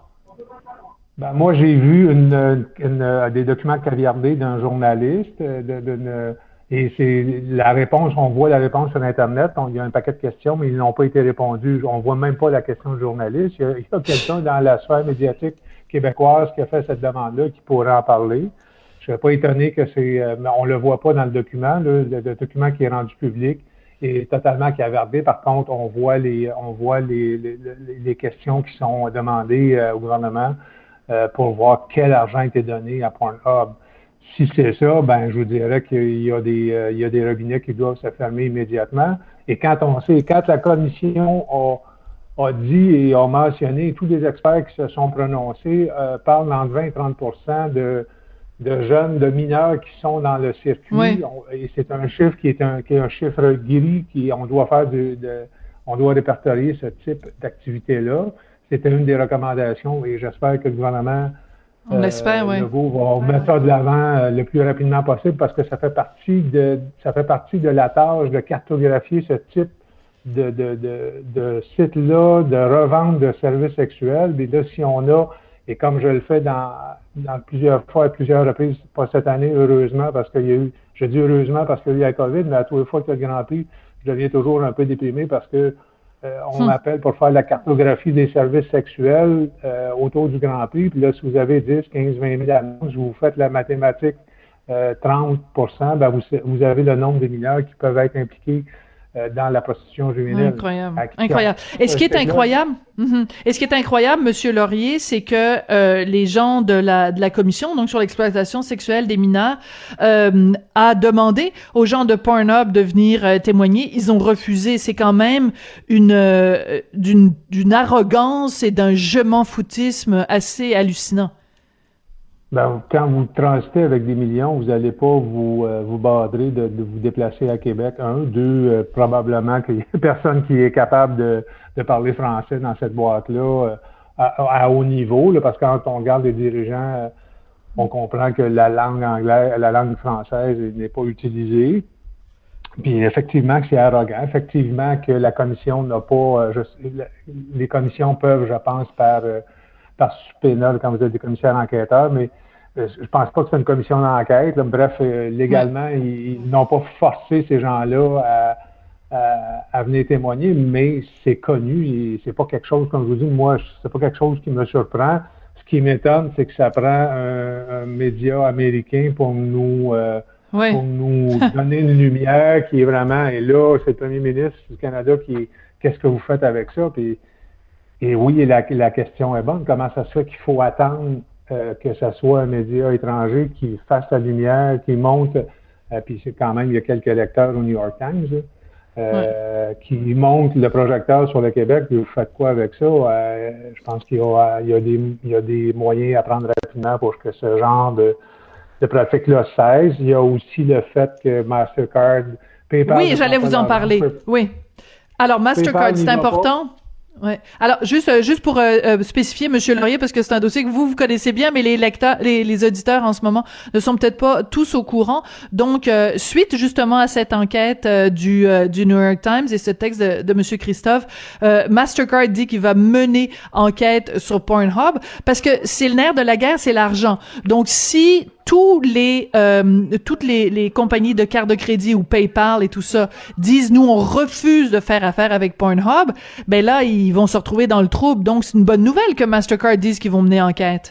Ben, moi, j'ai vu une, une, une, des documents caviardés d'un journaliste, de, de, et c'est la réponse, on voit la réponse sur Internet, on, il y a un paquet de questions, mais ils n'ont pas été répondus. On voit même pas la question du journaliste. Il y a, il y a quelqu'un dans la sphère médiatique québécoise qui a fait cette demande-là, qui pourrait en parler. Je ne serais pas étonné que c'est, mais on le voit pas dans le document, là, le, le document qui est rendu public est totalement cavardé. Par contre, on voit les, on voit les, les, les questions qui sont demandées euh, au gouvernement. Euh, pour voir quel argent a été donné à Pornhub. Si c'est ça, ben je vous dirais qu'il y a des euh, il y a des robinets qui doivent se fermer immédiatement. Et quand on sait, quand la commission a, a dit et a mentionné, tous les experts qui se sont prononcés euh, parlent entre vingt et trente pour cent de, de jeunes, de mineurs qui sont dans le circuit. Oui. On, et c'est un chiffre qui est un qui est un chiffre gris qui on doit faire de, de on doit répertorier ce type d'activité-là. C'était une des recommandations et j'espère que le gouvernement On euh, l'espère, oui. va mettre ça de l'avant euh, le plus rapidement possible parce que ça fait partie de ça fait partie de la tâche de cartographier ce type de, de, de, de site-là, de revente de services sexuels. Et là, si on a, et comme je le fais dans, dans plusieurs fois, à plusieurs reprises, pas cette année, heureusement, parce qu'il y a eu, je dis heureusement parce qu'il y a eu la COVID, mais à toutes les fois qu'il y a le Grand Prix, je deviens toujours un peu déprimé parce que Euh, on hum. m'appelle pour faire la cartographie des services sexuels euh, autour du Grand Prix. Puis là, si vous avez dix, quinze, vingt mille annonces, vous faites la mathématique euh, trente pour cent, ben vous, vous avez le nombre de mineurs qui peuvent être impliqués euh, dans la prostitution juvénile. Incroyable. Incroyable. Et ce qui est incroyable, mm-hmm. Et ce qui est incroyable, Monsieur Laurier, c'est que euh, les gens de la de la commission, donc sur l'exploitation sexuelle des mineurs, euh, a demandé aux gens de Pornhub de venir euh, témoigner. Ils ont refusé. C'est quand même une euh, d'une d'une arrogance et d'un je m'en foutisme assez hallucinant. Ben, quand vous transitez avec des millions, vous n'allez pas vous euh, vous badrer de, de vous déplacer à Québec. Un, deux, euh, probablement qu'il y a personne qui est capable de, de parler français dans cette boîte-là euh, à, à haut niveau, là, parce que quand on regarde les dirigeants, euh, on comprend que la langue anglaise, la langue française n'est pas utilisée. Puis effectivement que c'est arrogant, effectivement que la commission n'a pas, euh, je, les commissions peuvent, je pense, par euh, par subpoena, quand vous êtes des commissaires enquêteurs, mais euh, je pense pas que c'est une commission d'enquête. Là. Bref, euh, légalement, oui. ils, ils n'ont pas forcé ces gens-là à, à, à venir témoigner, mais c'est connu et c'est pas quelque chose, comme je vous dis, moi, c'est pas quelque chose qui me surprend. Ce qui m'étonne, c'est que ça prend un, un média américain pour nous euh, oui. pour nous donner une lumière qui est vraiment, et là, c'est le premier ministre du Canada qui, qu'est-ce que vous faites avec ça? Puis, et oui, la, la question est bonne. Comment ça se fait qu'il faut attendre euh, que ce soit un média étranger qui fasse la lumière, qui monte, euh, puis c'est quand même, il y a quelques lecteurs au New York Times, là, euh, ouais. qui monte le projecteur sur le Québec, puis vous faites quoi avec ça? Euh, je pense qu'il y a, il y a des, il y a des moyens à prendre rapidement pour que ce genre de, de pratique-là cesse. Il y a aussi le fait que Mastercard, PayPal... Oui, j'allais vous en parler. Peu... Oui. Alors, Mastercard, c'est important... Ouais. Alors juste euh, juste pour euh, euh, spécifier, Monsieur Laurier, parce que c'est un dossier que vous vous connaissez bien, mais les lecteurs, les, les auditeurs en ce moment ne sont peut-être pas tous au courant. Donc euh, suite justement à cette enquête euh, du euh, du New York Times et ce texte de, de Monsieur Christophe, euh, Mastercard dit qu'il va mener enquête sur Pornhub parce que c'est le nerf de la guerre, c'est l'argent. Donc si tous les euh, toutes les, les compagnies de cartes de crédit ou PayPal et tout ça disent nous on refuse de faire affaire avec Pornhub, ben là ils vont se retrouver dans le trouble. Donc c'est une bonne nouvelle que Mastercard dise qu'ils vont mener enquête.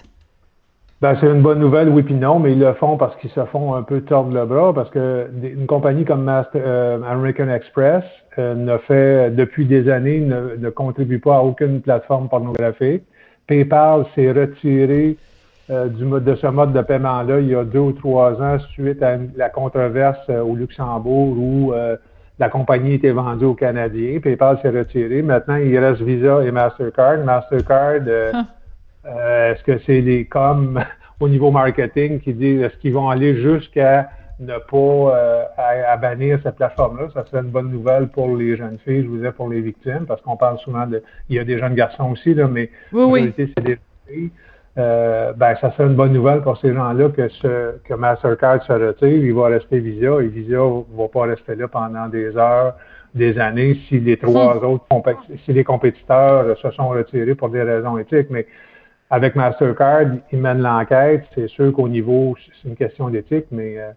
Ben c'est une bonne nouvelle, oui puis non, mais ils le font parce qu'ils se font un peu tordre le bras parce que une compagnie comme Master, euh, American Express euh, ne fait depuis des années ne, ne contribue pas à aucune plateforme pornographique. PayPal s'est retiré Euh, du mode de ce mode de paiement-là il y a deux ou trois ans suite à une, la controverse euh, au Luxembourg où euh, la compagnie était vendue aux Canadiens. PayPal s'est retiré. Maintenant, il reste Visa et Mastercard. Mastercard, euh, huh. euh, est-ce que c'est les coms au niveau marketing qui disent est-ce qu'ils vont aller jusqu'à ne pas euh, à, à bannir cette plateforme-là? Ça serait une bonne nouvelle pour les jeunes filles, je vous disais, pour les victimes, parce qu'on parle souvent de... Il y a des jeunes garçons aussi, là, mais oui, en réalité, oui. c'est des filles. Euh, ben, ça serait une bonne nouvelle pour ces gens-là que ce, que Mastercard se retire. Il va rester Visa et Visa va pas rester là pendant des heures, des années si les trois mmh. autres compé- si les compétiteurs se sont retirés pour des raisons éthiques. Mais avec Mastercard, ils mènent l'enquête. C'est sûr qu'au niveau, c'est une question d'éthique, mais euh,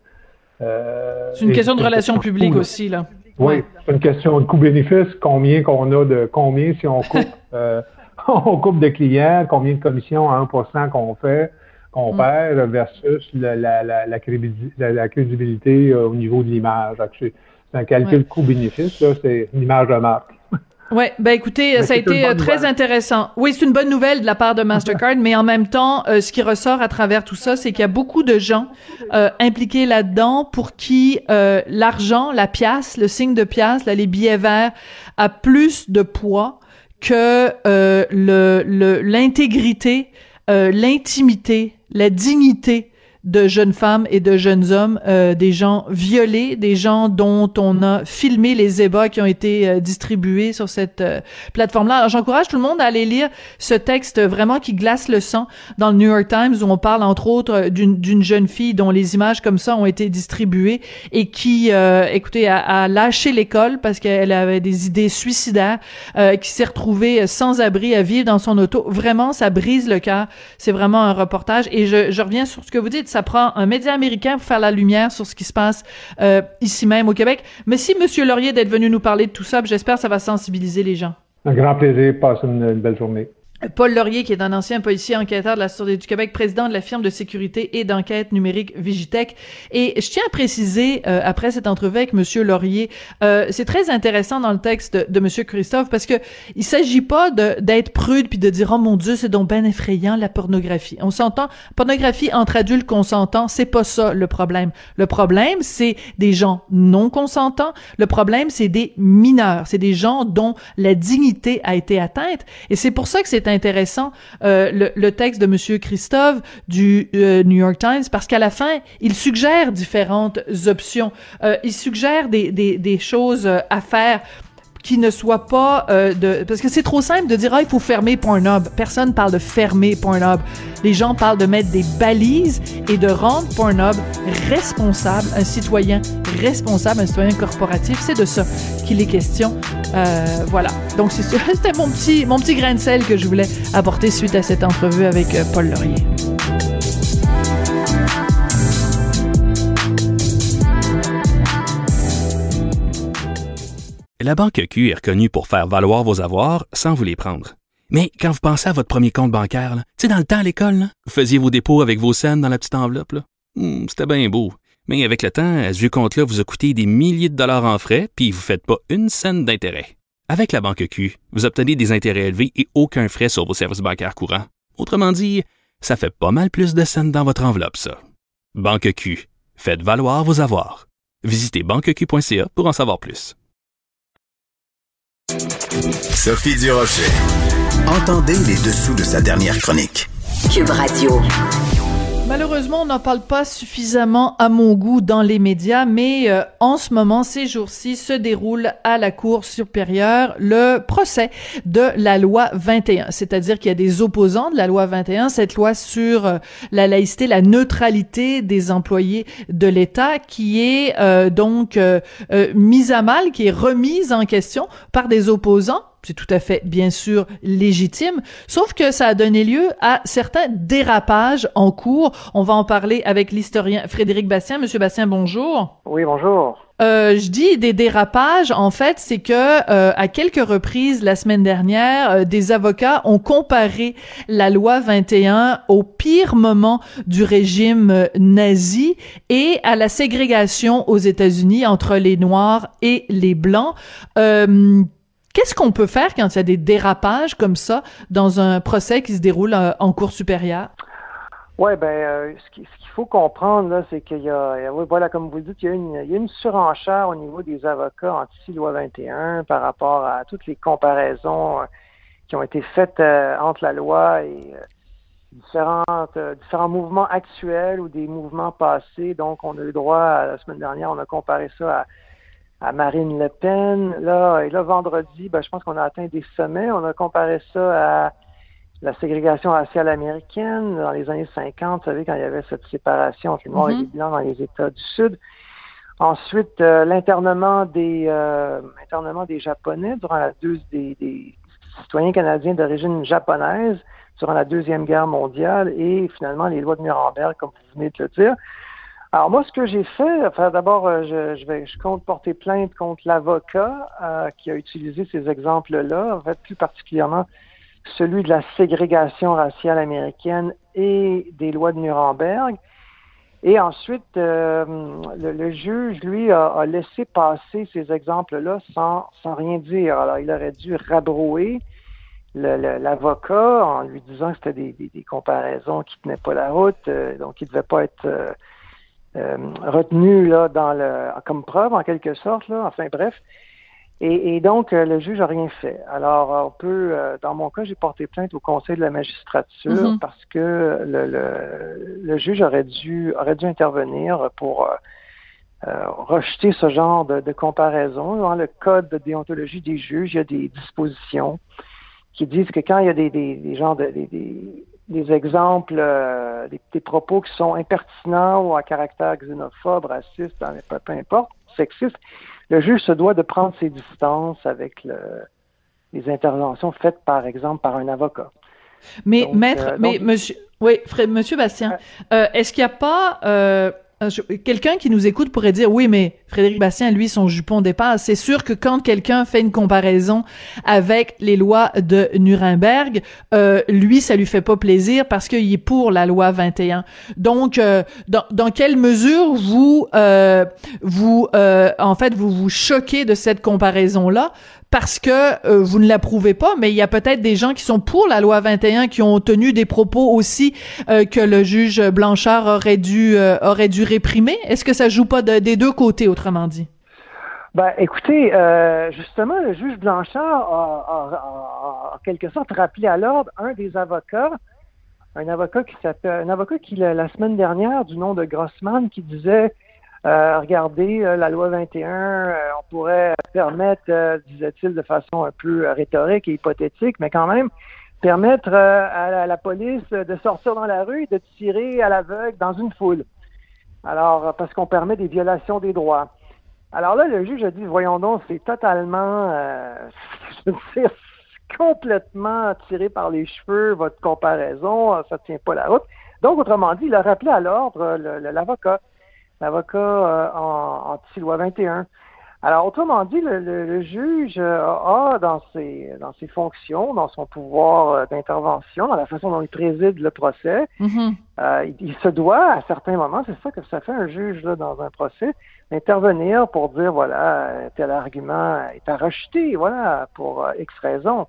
euh, c'est une question de relations publiques aussi, là. Oui, ouais. C'est une question de coût-bénéfice. Combien qu'on a de combien si on coupe euh, on coupe de clients, combien de commissions à un pour cent qu'on fait, qu'on mm. perd versus la, la, la, la, crédibilité, la, la crédibilité euh, au niveau de l'image. C'est, c'est un calcul ouais. coût-bénéfice, là, c'est une image de marque. Ouais, ben écoutez, mais ça a été très nouvelle. intéressant. Oui, c'est une bonne nouvelle de la part de Mastercard, mais en même temps, euh, ce qui ressort à travers tout ça, c'est qu'il y a beaucoup de gens euh, impliqués là-dedans pour qui euh, l'argent, la pièce, le signe de pièce, là, les billets verts, a plus de poids que euh, le, le l'intégrité, euh, l'intimité, la dignité de jeunes femmes et de jeunes hommes, euh, des gens violés, des gens dont on a filmé les ébats qui ont été euh, distribués sur cette euh, plateforme-là. Alors, j'encourage tout le monde à aller lire ce texte vraiment qui glace le sang dans le New York Times où on parle entre autres d'une, d'une jeune fille dont les images comme ça ont été distribuées et qui, euh, écoutez, a, a lâché l'école parce qu'elle avait des idées suicidaires, euh, qui s'est retrouvée sans abri à vivre dans son auto. Vraiment, ça brise le cœur. C'est vraiment un reportage. Et je, je reviens sur ce que vous dites. Ça prend un média américain pour faire la lumière sur ce qui se passe euh, ici même au Québec. Merci, Monsieur Laurier, d'être venu nous parler de tout ça. J'espère que ça va sensibiliser les gens. Un grand plaisir. Passez une, une belle journée. Paul Laurier, qui est un ancien policier enquêteur de la Sûreté du Québec, président de la firme de sécurité et d'enquête numérique Vigitech. Et je tiens à préciser, euh, après cette entrevue avec Monsieur Laurier, euh, c'est très intéressant dans le texte de, de Monsieur Christophe, parce que il s'agit pas de, d'être prude puis de dire « Oh mon Dieu, c'est donc ben effrayant, la pornographie ». On s'entend, pornographie entre adultes consentants, c'est pas ça le problème. Le problème, c'est des gens non consentants. Le problème, c'est des mineurs. C'est des gens dont la dignité a été atteinte. Et c'est pour ça que c'est intéressant euh, le, le texte de Monsieur Christophe du euh, New York Times, parce qu'à la fin, il suggère différentes options. Euh, il suggère des, des, des choses euh, à faire qui ne soient pas euh, de... Parce que c'est trop simple de dire « Ah, il faut fermer Pornhub ». Personne parle de fermer Pornhub. Les gens parlent de mettre des balises et de rendre Pornhub responsable, un citoyen responsable, un citoyen corporatif. C'est de ça qu'il est question. Euh, voilà. Donc, c'est, c'était mon petit, mon petit grain de sel que je voulais apporter suite à cette entrevue avec euh, Paul Laurier. La Banque Q est reconnue pour faire valoir vos avoirs sans vous les prendre. Mais quand vous pensez à votre premier compte bancaire, tu sais, dans le temps à l'école, là, vous faisiez vos dépôts avec vos scènes dans la petite enveloppe. Là. Hum, c'était bien beau. Mais avec le temps, ce vieux compte-là vous a coûté des milliers de dollars en frais, puis vous ne faites pas une scène d'intérêt. Avec la Banque Q, vous obtenez des intérêts élevés et aucun frais sur vos services bancaires courants. Autrement dit, ça fait pas mal plus de scènes dans votre enveloppe, ça. Banque Q. Faites valoir vos avoirs. Visitez banque q point c a pour en savoir plus. Sophie Durocher. Entendez les dessous de sa dernière chronique. Cube Radio. Malheureusement, on n'en parle pas suffisamment à mon goût dans les médias, mais euh, en ce moment, ces jours-ci, se déroule à la Cour supérieure le procès de la loi vingt et un. C'est-à-dire qu'il y a des opposants de la loi vingt et un, cette loi sur euh, la laïcité, la neutralité des employés de l'État, qui est euh, donc euh, euh, mise à mal, qui est remise en question par des opposants. C'est tout à fait, bien sûr, légitime, sauf que ça a donné lieu à certains dérapages en cours. On va en parler avec l'historien Frédéric Bastien. Monsieur Bastien, bonjour. Oui, bonjour. Euh, je dis des dérapages, en fait, c'est que euh, à quelques reprises la semaine dernière, euh, des avocats ont comparé la loi vingt et un au pire moment du régime euh, nazi et à la ségrégation aux États-Unis entre les Noirs et les Blancs. Euh, Qu'est-ce qu'on peut faire quand il y a des dérapages comme ça dans un procès qui se déroule euh, en cour supérieure? Oui, ben, euh, ce qu'il ce qu'il faut comprendre, là, c'est qu'il y a, voilà, comme vous le dites, il y a une, il y a une surenchère au niveau des avocats anti-loi vingt et un par rapport à toutes les comparaisons euh, qui ont été faites euh, entre la loi et euh, différentes, euh, différents mouvements actuels ou des mouvements passés. Donc, on a eu droit, à, la semaine dernière, on a comparé ça à à Marine Le Pen. Là, et là, vendredi, ben, je pense qu'on a atteint des sommets. On a comparé ça à la ségrégation raciale américaine dans les années cinquante, vous savez, quand il y avait cette séparation entre les Noirs mm-hmm. et les Blancs dans les États du Sud. Ensuite, euh, l'internement des euh, internement des Japonais durant la deux, des, des citoyens canadiens d'origine japonaise durant la Deuxième Guerre mondiale et finalement les lois de Nuremberg, comme vous venez de le dire. Alors moi, ce que j'ai fait, enfin d'abord, je, je vais, je compte porter plainte contre l'avocat euh, qui a utilisé ces exemples-là, en fait plus particulièrement celui de la ségrégation raciale américaine et des lois de Nuremberg. Et ensuite, euh, le, le juge, lui, a, a laissé passer ces exemples-là sans, sans rien dire. Alors, il aurait dû rabrouer le, le, l'avocat en lui disant que c'était des, des, des comparaisons qui tenaient pas la route, euh, donc il ne devait pas être euh, euh, retenu là dans le comme preuve en quelque sorte. Là. Enfin bref. Et, et donc, euh, le juge n'a rien fait. Alors, on peut, euh, dans mon cas, j'ai porté plainte au Conseil de la magistrature mm-hmm. parce que le, le, le juge aurait dû, aurait dû intervenir pour euh, euh, rejeter ce genre de, de comparaison. Dans le code de déontologie des juges, il y a des dispositions qui disent que quand il y a des, des, des genres de, des, des, des exemples, euh, des, des propos qui sont impertinents ou à caractère xénophobe, raciste, peu, peu importe, sexiste, le juge se doit de prendre ses distances avec le, les interventions faites, par exemple, par un avocat. Mais, donc, maître, euh, donc, mais, monsieur, oui, frère, monsieur Bastien, euh, est-ce qu'il n'y a pas, euh, quelqu'un qui nous écoute pourrait dire, oui, mais Frédéric Bastien, lui, son jupon dépasse. C'est sûr que quand quelqu'un fait une comparaison avec les lois de Nuremberg, euh, lui, ça lui fait pas plaisir parce qu'il est pour la loi vingt et un. Donc, euh, dans, dans quelle mesure vous, euh, vous, euh, en fait, vous vous choquez de cette comparaison-là parce que euh, vous ne l'approuvez pas, mais il y a peut-être des gens qui sont pour la loi vingt et un qui ont tenu des propos aussi euh, que le juge Blanchard aurait dû, euh, aurait dû réprimer. Est-ce que ça joue pas de, des deux côtés, autrement dit? Ben, écoutez, euh, justement, le juge Blanchard a, a, a, a en quelque sorte rappelé à l'ordre un des avocats, un avocat qui s'appelle, un avocat qui la, la semaine dernière, du nom de Grossman, qui disait euh, regardez, euh, la loi vingt et un, euh, on pourrait permettre, euh, disait-il de façon un peu rhétorique et hypothétique, mais quand même permettre euh, à, la, à la police de sortir dans la rue et de tirer à l'aveugle dans une foule. Alors, parce qu'on permet des violations des droits. Alors là, le juge a dit, voyons donc, c'est totalement, euh, je veux dire, complètement tiré par les cheveux, votre comparaison, ça tient pas la route. Donc, autrement dit, il a rappelé à l'ordre le, le, l'avocat, l'avocat euh, en anti-loi vingt et un. Alors, autrement dit, le, le, le juge a dans ses, dans ses fonctions, dans son pouvoir d'intervention, dans la façon dont il préside le procès, mm-hmm. euh, il, il se doit, à certains moments, c'est ça que ça fait un juge là, dans un procès, d'intervenir pour dire, voilà, tel argument est à rejeter, voilà, pour euh, X raison.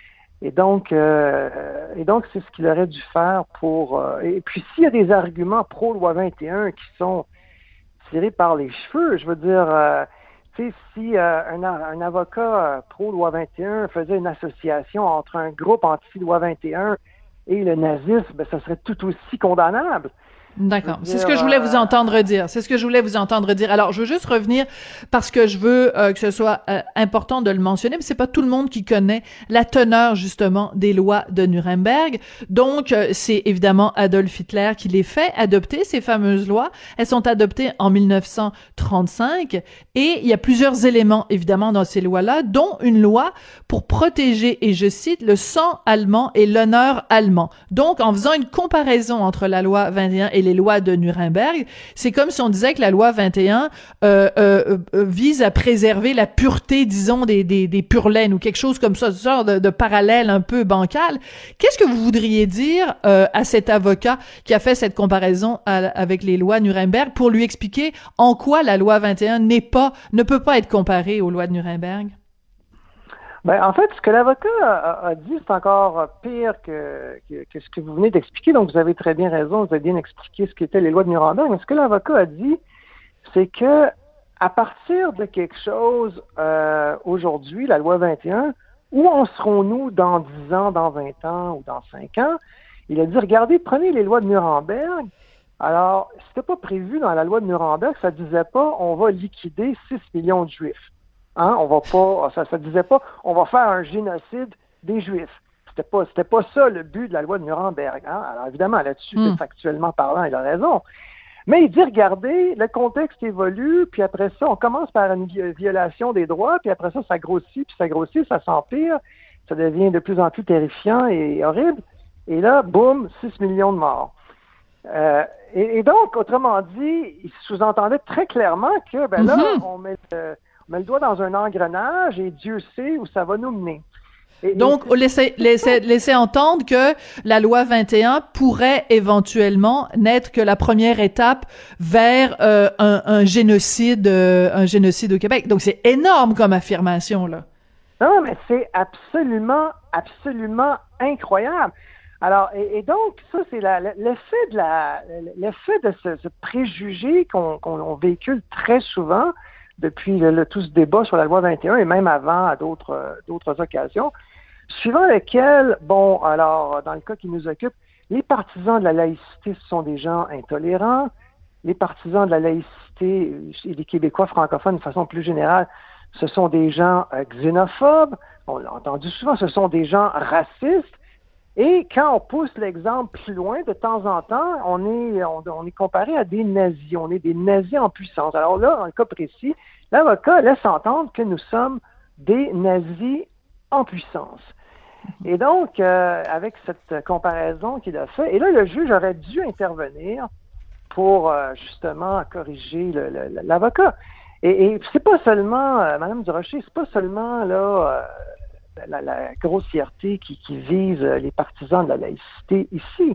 Et donc, euh, et donc, c'est ce qu'il aurait dû faire pour... Euh, et puis, s'il y a des arguments pro-loi vingt et un qui sont tirés par les cheveux, je veux dire... Euh, tu sais, si euh, un, un avocat euh, pro-loi vingt et un faisait une association entre un groupe anti-loi vingt et un et le nazisme, ben, ça serait tout aussi condamnable. D'accord. C'est ce que je voulais vous entendre dire. C'est ce que je voulais vous entendre dire. Alors, je veux juste revenir parce que je veux euh, que ce soit euh, important de le mentionner, mais c'est pas tout le monde qui connaît la teneur, justement, des lois de Nuremberg. Donc, euh, c'est évidemment Adolf Hitler qui les fait adopter, ces fameuses lois. Elles sont adoptées en mille neuf cent trente-cinq et il y a plusieurs éléments, évidemment, dans ces lois-là, dont une loi pour protéger, et je cite, le sang allemand et l'honneur allemand. Donc, en faisant une comparaison entre la loi vingt et un et les lois de Nuremberg, c'est comme si on disait que la loi vingt et un euh, euh, euh, vise à préserver la pureté, disons, des, des, des purlaines ou quelque chose comme ça, ce genre de, de parallèle un peu bancal. Qu'est-ce que vous voudriez dire euh, à cet avocat qui a fait cette comparaison à, avec les lois Nuremberg pour lui expliquer en quoi la loi vingt et un n'est pas, ne peut pas être comparée aux lois de Nuremberg? Ben, en fait, ce que l'avocat a, a dit, c'est encore pire que, que, que ce que vous venez d'expliquer. Donc, vous avez très bien raison, vous avez bien expliqué ce qu'étaient les lois de Nuremberg. Mais ce que l'avocat a dit, c'est que à partir de quelque chose euh, aujourd'hui, la loi vingt et un, où en serons-nous dans dix ans, dans vingt ans ou dans cinq ans? Il a dit, regardez, prenez les lois de Nuremberg. Alors, c'était pas prévu dans la loi de Nuremberg, ça disait pas on va liquider six millions de Juifs. Hein, on va pas, ça, ça disait pas, on va faire un génocide des Juifs. C'était pas, c'était pas ça le but de la loi de Nuremberg. Hein? Alors évidemment, là-dessus, mm. factuellement parlant, il a raison. Mais il dit, regardez, le contexte évolue, puis après ça, on commence par une violation des droits, puis après ça, ça grossit, puis ça grossit, ça s'empire, ça devient de plus en plus terrifiant et horrible. Et là, boum, six millions de morts. Euh, et, et donc, autrement dit, il sous-entendait très clairement que, ben là, mm-hmm. on met le, on met le doigt dans un engrenage et Dieu sait où ça va nous mener. Et, donc, et laisser, laisser, laisser entendre que la loi vingt et un pourrait éventuellement n'être que la première étape vers euh, un, un génocide, euh, un génocide au Québec. Donc, c'est énorme comme affirmation, là. Non, mais c'est absolument, absolument incroyable. Alors, et, et donc, ça, c'est la, l'effet de la, l'effet de ce, ce préjugé qu'on, qu'on véhicule très souvent depuis le, le, tout ce débat sur la loi vingt et un et même avant à d'autres, d'autres occasions, suivant lequel, bon, alors, dans le cas qui nous occupe, les partisans de la laïcité, ce sont des gens intolérants. Les partisans de la laïcité et les Québécois francophones, de façon plus générale, ce sont des gens euh, xénophobes. On l'a entendu souvent, ce sont des gens racistes. Et quand on pousse l'exemple plus loin, de temps en temps, on est, on, on est comparé à des nazis. On est des nazis en puissance. Alors là, dans le cas précis, l'avocat laisse entendre que nous sommes des nazis en puissance. Et donc, euh, avec cette comparaison qu'il a fait, et là, le juge aurait dû intervenir pour euh, justement corriger le, le, l'avocat. Et, et c'est pas seulement, euh, Madame Durocher, c'est pas seulement là euh, la, la grossièreté qui, qui vise les partisans de la laïcité ici.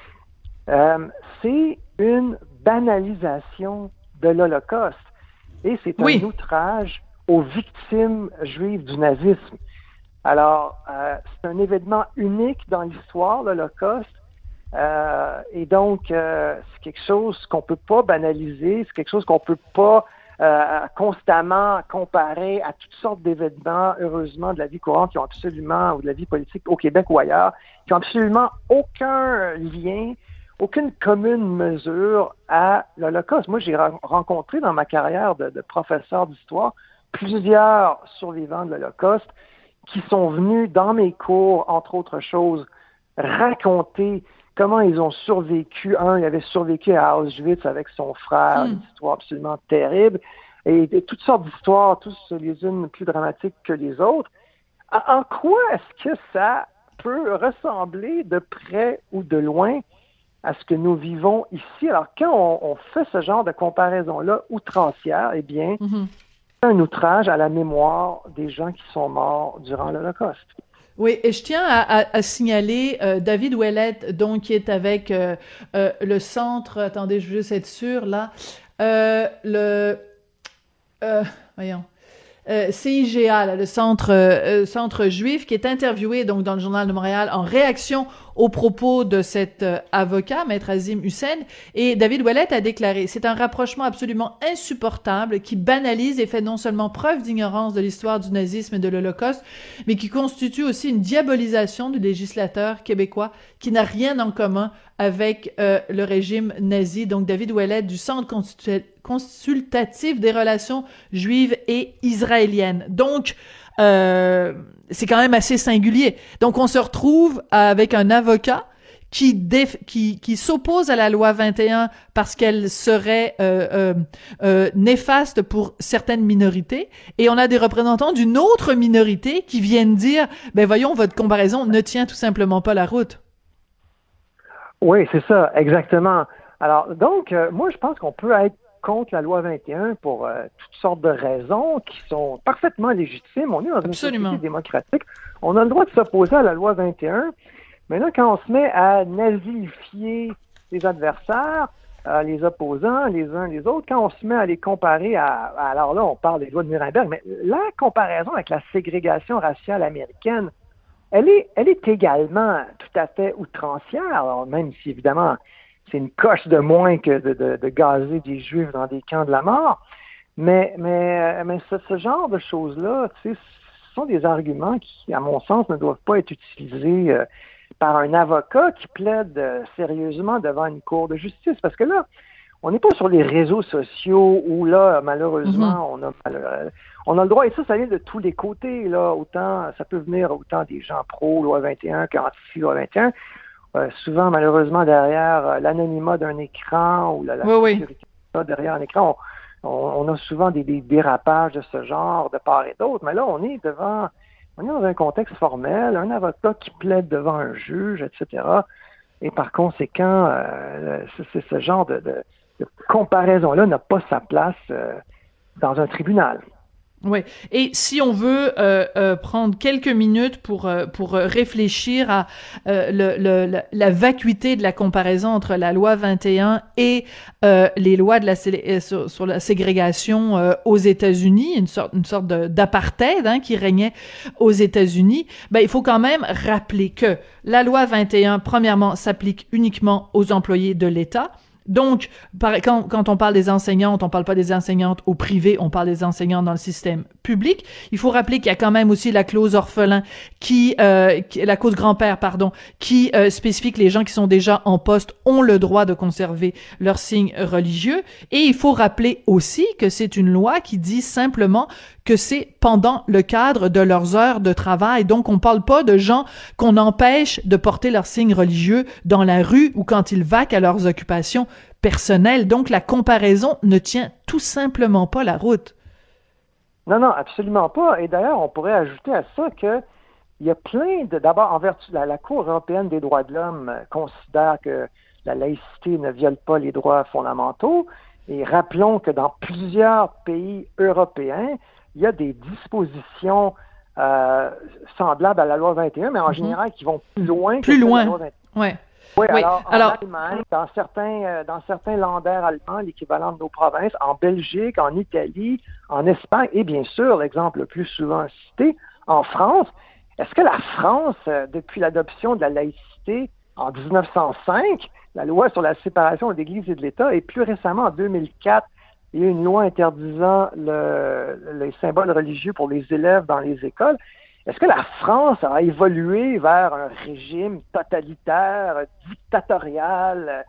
Euh, c'est une banalisation de l'Holocauste. Et c'est oui. un outrage aux victimes juives du nazisme. Alors, euh, c'est un événement unique dans l'histoire, l'Holocauste, euh, et donc euh, c'est quelque chose qu'on peut pas banaliser, c'est quelque chose qu'on peut pas euh, constamment comparer à toutes sortes d'événements, heureusement, de la vie courante qui ont absolument, ou de la vie politique au Québec ou ailleurs, qui ont absolument aucun lien, aucune commune mesure à l'Holocauste. Moi, j'ai ra- rencontré dans ma carrière de, de professeur d'histoire plusieurs survivants de l'Holocauste qui sont venus dans mes cours, entre autres choses, raconter comment ils ont survécu. Un, il avait survécu à Auschwitz avec son frère, mm. une histoire absolument terrible, et, et toutes sortes d'histoires, tous les unes plus dramatiques que les autres. En, en quoi est-ce que ça peut ressembler de près ou de loin à ce que nous vivons ici? Alors, quand on, on fait ce genre de comparaison-là outrancière, eh bien, mm-hmm. un outrage à la mémoire des gens qui sont morts durant l'Holocauste. Oui, et je tiens à, à, à signaler euh, David Ouellette, donc qui est avec euh, euh, le centre. Attendez, je veux juste être sûre là. Euh, le, euh, voyons. euh, C I G A, là, le centre euh, centre juif, qui est interviewé donc dans le Journal de Montréal en réaction aux propos de cet euh, avocat, Maître Azim Hussein, et David Ouellet a déclaré: c'est un rapprochement absolument insupportable qui banalise et fait non seulement preuve d'ignorance de l'histoire du nazisme et de l'Holocauste, mais qui constitue aussi une diabolisation du législateur québécois qui n'a rien en commun avec euh, le régime nazi. Donc David Ouellet du Centre consultatif des relations juives et israéliennes. Donc euh, c'est quand même assez singulier. Donc on se retrouve avec un avocat qui déf- qui qui s'oppose à la loi vingt et un parce qu'elle serait euh, euh, euh, néfaste pour certaines minorités, et on a des représentants d'une autre minorité qui viennent dire ben voyons, votre comparaison ne tient tout simplement pas la route. Oui, c'est ça, exactement. Alors donc euh, moi je pense qu'on peut être contre la loi vingt et un pour euh, toutes sortes de raisons qui sont parfaitement légitimes. On est dans une Absolument. société démocratique. On a le droit de s'opposer à la loi vingt et un. Mais là, quand on se met à nazifier les adversaires, euh, les opposants, les uns les autres, quand on se met à les comparer à, à... Alors là, on parle des lois de Nuremberg, mais la comparaison avec la ségrégation raciale américaine, elle est, elle est également tout à fait outrancière, alors, même si, évidemment, c'est une coche de moins que de, de, de gazer des Juifs dans des camps de la mort. Mais, mais, mais ce, ce genre de choses-là, tu sais, ce sont des arguments qui, à mon sens, ne doivent pas être utilisés euh, par un avocat qui plaide euh, sérieusement devant une cour de justice. Parce que là, on n'est pas sur les réseaux sociaux où, là, malheureusement, mm-hmm. on a euh, on a le droit, et ça, ça vient de tous les côtés, là, autant, ça peut venir autant des gens pro-loi vingt et un qu'anti-loi vingt et un. Euh, souvent, malheureusement, derrière euh, l'anonymat d'un écran ou la, la oui, sécurité oui. derrière un écran, on, on, on a souvent des, des dérapages de ce genre de part et d'autre. Mais là, on est devant, on est dans un contexte formel, un avocat qui plaide devant un juge, et cetera. Et par conséquent, euh, c'est, ce genre de, de, de comparaison-là n'a pas sa place euh, dans un tribunal. Oui. Et si on veut euh, euh, prendre quelques minutes pour euh, pour réfléchir à euh, le, le, la, la vacuité de la comparaison entre la loi vingt et un et euh, les lois de la sur, sur la ségrégation euh, aux États-Unis, une sorte une sorte de, d'apartheid hein, qui régnait aux États-Unis, ben il faut quand même rappeler que la loi vingt et un, premièrement, s'applique uniquement aux employés de l'État. Donc, par, quand, quand on parle des enseignantes, on parle pas des enseignantes au privé, on parle des enseignants dans le système public. Il faut rappeler qu'il y a quand même aussi la clause orphelin, qui, euh, qui la clause grand-père, pardon, qui euh, spécifie que les gens qui sont déjà en poste ont le droit de conserver leurs signes religieux. Et il faut rappeler aussi que c'est une loi qui dit simplement que c'est pendant le cadre de leurs heures de travail. Donc, on parle pas de gens qu'on empêche de porter leurs signes religieux dans la rue ou quand ils vaquent à leurs occupations personnelles. Donc, la comparaison ne tient tout simplement pas la route. Non, non, absolument pas. Et d'ailleurs, on pourrait ajouter à ça que il y a plein de... D'abord, en vertu de la, la Cour européenne des droits de l'homme euh, considère que la laïcité ne viole pas les droits fondamentaux. Et rappelons que dans plusieurs pays européens, il y a des dispositions euh, semblables à la loi vingt et un, mais en mm-hmm. général qui vont plus loin plus que loin. la loi vingt et un. Ouais. Oui, oui, alors, alors en Allemagne, dans certains, euh, dans certains Länder allemands, l'équivalent de nos provinces, en Belgique, en Italie, en Espagne, et bien sûr, l'exemple le plus souvent cité, en France. Est-ce que la France, euh, depuis l'adoption de la laïcité en dix-neuf cent cinq, la loi sur la séparation de l'Église et de l'État, et plus récemment, en deux mille quatre, il y a eu une loi interdisant le, les symboles religieux pour les élèves dans les écoles. Est-ce que la France a évolué vers un régime totalitaire, dictatorial,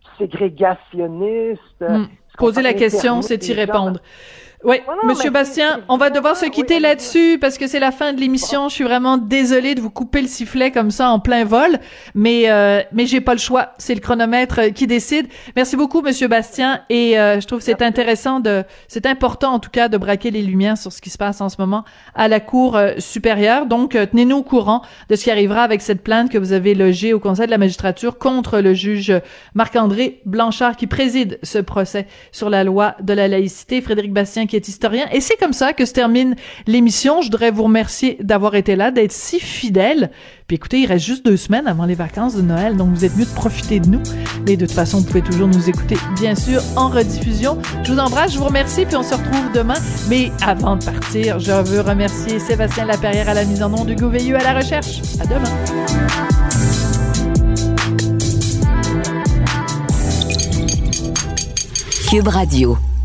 ségrégationniste? Mmh. Poser la question, c'est y répondre. Oui, non, non, Monsieur Bastien, c'est, c'est on va devoir se quitter oui, là-dessus oui. parce que c'est la fin de l'émission. Bon. Je suis vraiment désolée de vous couper le sifflet comme ça en plein vol, mais euh, mais j'ai pas le choix. C'est le chronomètre qui décide. Merci beaucoup, Monsieur Bastien, et euh, je trouve que c'est Merci. intéressant de, c'est important en tout cas de braquer les lumières sur ce qui se passe en ce moment à la Cour euh, supérieure. Donc, euh, tenez-nous au courant de ce qui arrivera avec cette plainte que vous avez logée au Conseil de la magistrature contre le juge Marc-André Blanchard qui préside ce procès sur la loi de la laïcité. Frédéric Bastien qui est historien. Et c'est comme ça que se termine l'émission. Je voudrais vous remercier d'avoir été là, d'être si fidèles. Puis écoutez, il reste juste deux semaines avant les vacances de Noël, donc vous êtes mieux de profiter de nous. Mais de toute façon, vous pouvez toujours nous écouter, bien sûr, en rediffusion. Je vous embrasse, je vous remercie, puis on se retrouve demain. Mais avant de partir, je veux remercier Sébastien Laperrière à la mise en onde, Hugo Veilleux à la recherche. À demain. Cube Radio.